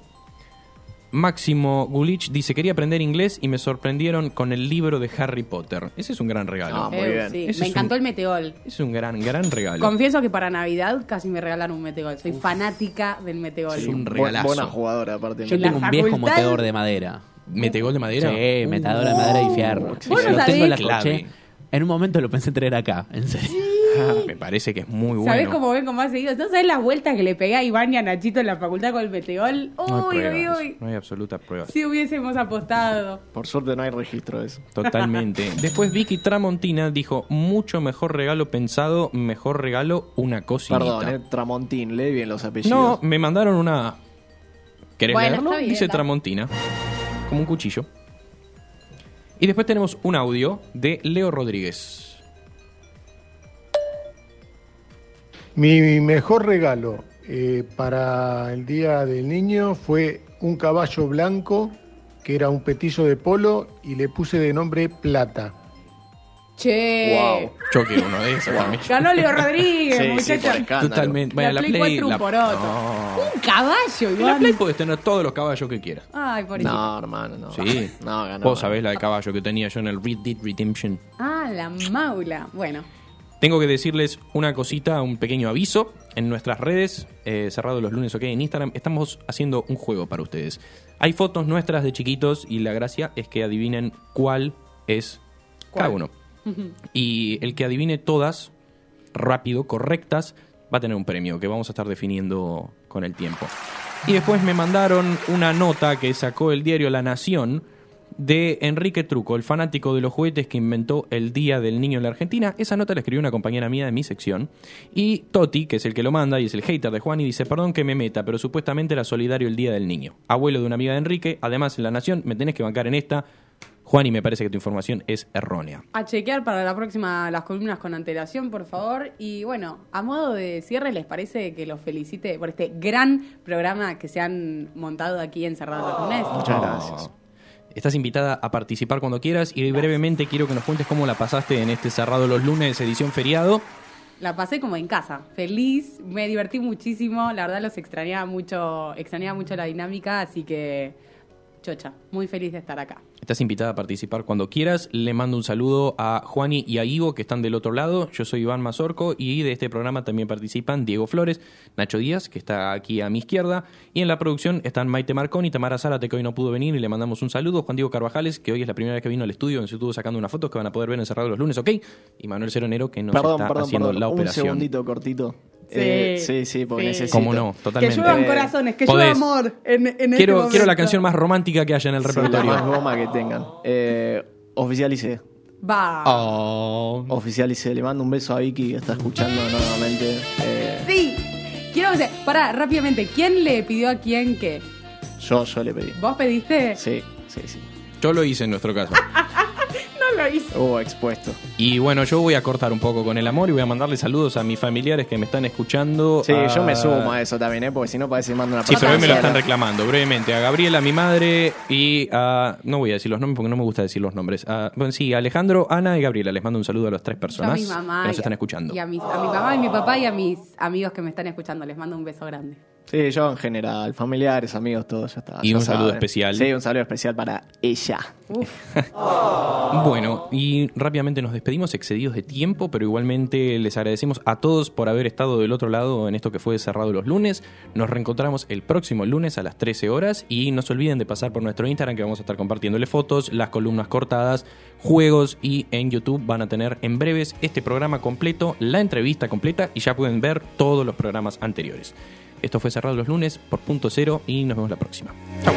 Máximo Gulich dice, quería aprender inglés y me sorprendieron con el libro de Harry Potter. Ese es un gran regalo. Muy bien. Sí. Me encantó el metegol. Es un gran regalo. Confieso que para Navidad casi me regalaron un metegol. Soy fanática del metegol. Es un regalazo. Buena jugadora, aparte. Yo tengo un viejo metedor de madera. ¿Metegol de madera? Sí, metedor de madera y fierro. ¿Vos no Lo tengo en la sabés? coche. En un momento lo pensé traer acá, en serio. Me parece que es muy bueno. ¿Sabés cómo vengo más seguido? ¿No sabés las vueltas que le pegué a Iván y a Nachito en la facultad con el meteol? No hay Uy, pruebas, uy, uy. no hay absolutas pruebas. Si hubiésemos apostado. Por suerte no hay registro de eso. Totalmente. Después Vicky Tramontina dijo, mucho mejor regalo pensado, mejor regalo una cocinita. Perdón, Tramontín, lee bien los apellidos. No, me mandaron una... ¿Querés Bueno, leerlo? está bien, Dice da. Tramontina. Como un cuchillo. Y después tenemos un audio de Leo Rodríguez. Mi mejor regalo para el Día del Niño fue un caballo blanco que era un petizo de polo y le puse de nombre Plata. Che. Wow. Yo quiero uno de esos también. Ganó Leo Rodríguez, Sí, sí, muchachos. por escándalo. Totalmente. La Play 4 un poroto. No. Un caballo, En la Iván. Play podés tener todos los caballos que quieras. Ay, pobrecito. No, hermano, no. Sí. No, ganó. Vos sabés la de caballo que tenía yo en el Red Dead Redemption. Ah, la maula. Bueno. Tengo que decirles una cosita, un pequeño aviso. En nuestras redes, cerrado los lunes, ok, en Instagram, estamos haciendo un juego para ustedes. Hay fotos nuestras de chiquitos y la gracia es que adivinen cuál es cada uno. Y el que adivine todas, rápido, correctas, va a tener un premio que vamos a estar definiendo con el tiempo. Y después me mandaron una nota que sacó el diario La Nación de Enrique Truco, el fanático de los juguetes que inventó el Día del Niño en la Argentina. Esa nota la escribió una compañera mía de mi sección. Y Toti, que es el que lo manda y es el hater de Juan, y dice, perdón que me meta, pero supuestamente era solidario el Día del Niño. Abuelo de una amiga de Enrique, además en La Nación, me tenés que bancar en esta. Juan, y me parece que tu información es errónea. A chequear para la próxima las columnas con antelación, por favor. Y bueno, a modo de cierre, ¿les parece que los felicite por este gran programa que se han montado aquí en Cerrado los Lunes? Muchas gracias. Estás invitada a participar cuando quieras y brevemente quiero que nos cuentes cómo la pasaste en este Cerrado los Lunes, edición feriado. La pasé como en casa, feliz, me divertí muchísimo, la verdad los extrañaba mucho la dinámica, así que chocha, muy feliz de estar acá. Estás invitada a participar cuando quieras. Le mando un saludo a Juani y a Ivo, que están del otro lado. Yo soy Iván Mazorco y de este programa también participan Diego Flores, Nacho Díaz, que está aquí a mi izquierda, y en la producción están Maite Marcón y Tamara Zárate, que hoy no pudo venir, y le mandamos un saludo. Juan Diego Carvajales, que hoy es la primera vez que vino al estudio, donde se estuvo sacando unas fotos que van a poder ver en Cerrado los Lunes, ¿ok? Y Manuel Ceronero, que nos está haciendo la operación. Un segundito cortito. Sí, porque necesito. Cómo no, totalmente. Que lluevan corazones, que llueva amor en este momento. Quiero la canción más romántica que haya en el repertorio. La más goma que tengan. Oficialice. Va. Oficialice. Le mando un beso a Vicky que está escuchando nuevamente. Sí. Quiero decir, pará, rápidamente, ¿quién le pidió a quién qué? Yo le pedí. ¿Vos pediste? Sí. Yo lo hice en nuestro caso. No lo hice. Expuesto. Y bueno, yo voy a cortar un poco con el amor y voy a mandarle saludos a mis familiares que me están escuchando. Sí, yo me sumo a eso también, porque si no parece que mando una Sí, pero hoy me lo sola. están reclamando brevemente. A Gabriela, mi madre, y a... No voy a decir los nombres porque no me gusta decir los nombres. Bueno, sí, Alejandro, Ana y Gabriela. Les mando un saludo a las tres personas Yo a mi mamá que nos y están escuchando. Y a mi mamá y mi papá y a mis amigos que me están escuchando. Les mando un beso grande. Sí, yo en general, familiares, amigos, todos, ya está. Y ya un saludo saben. especial. Sí, un saludo especial para ella. Bueno, y rápidamente nos despedimos, excedidos de tiempo, pero igualmente les agradecemos a todos por haber estado del otro lado en esto que fue Cerrado los Lunes. Nos reencontramos el próximo lunes a las 13 horas y no se olviden de pasar por nuestro Instagram, que vamos a estar compartiéndole fotos, las columnas cortadas, juegos, y en YouTube van a tener en breves este programa completo, la entrevista completa, y ya pueden ver todos los programas anteriores. Esto fue Cerrado los Lunes por Punto Cero y nos vemos la próxima. Chau.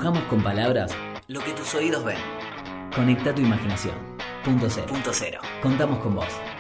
Dibujamos con palabras lo que tus oídos ven. Conecta tu imaginación. Punto cero. Contamos con vos.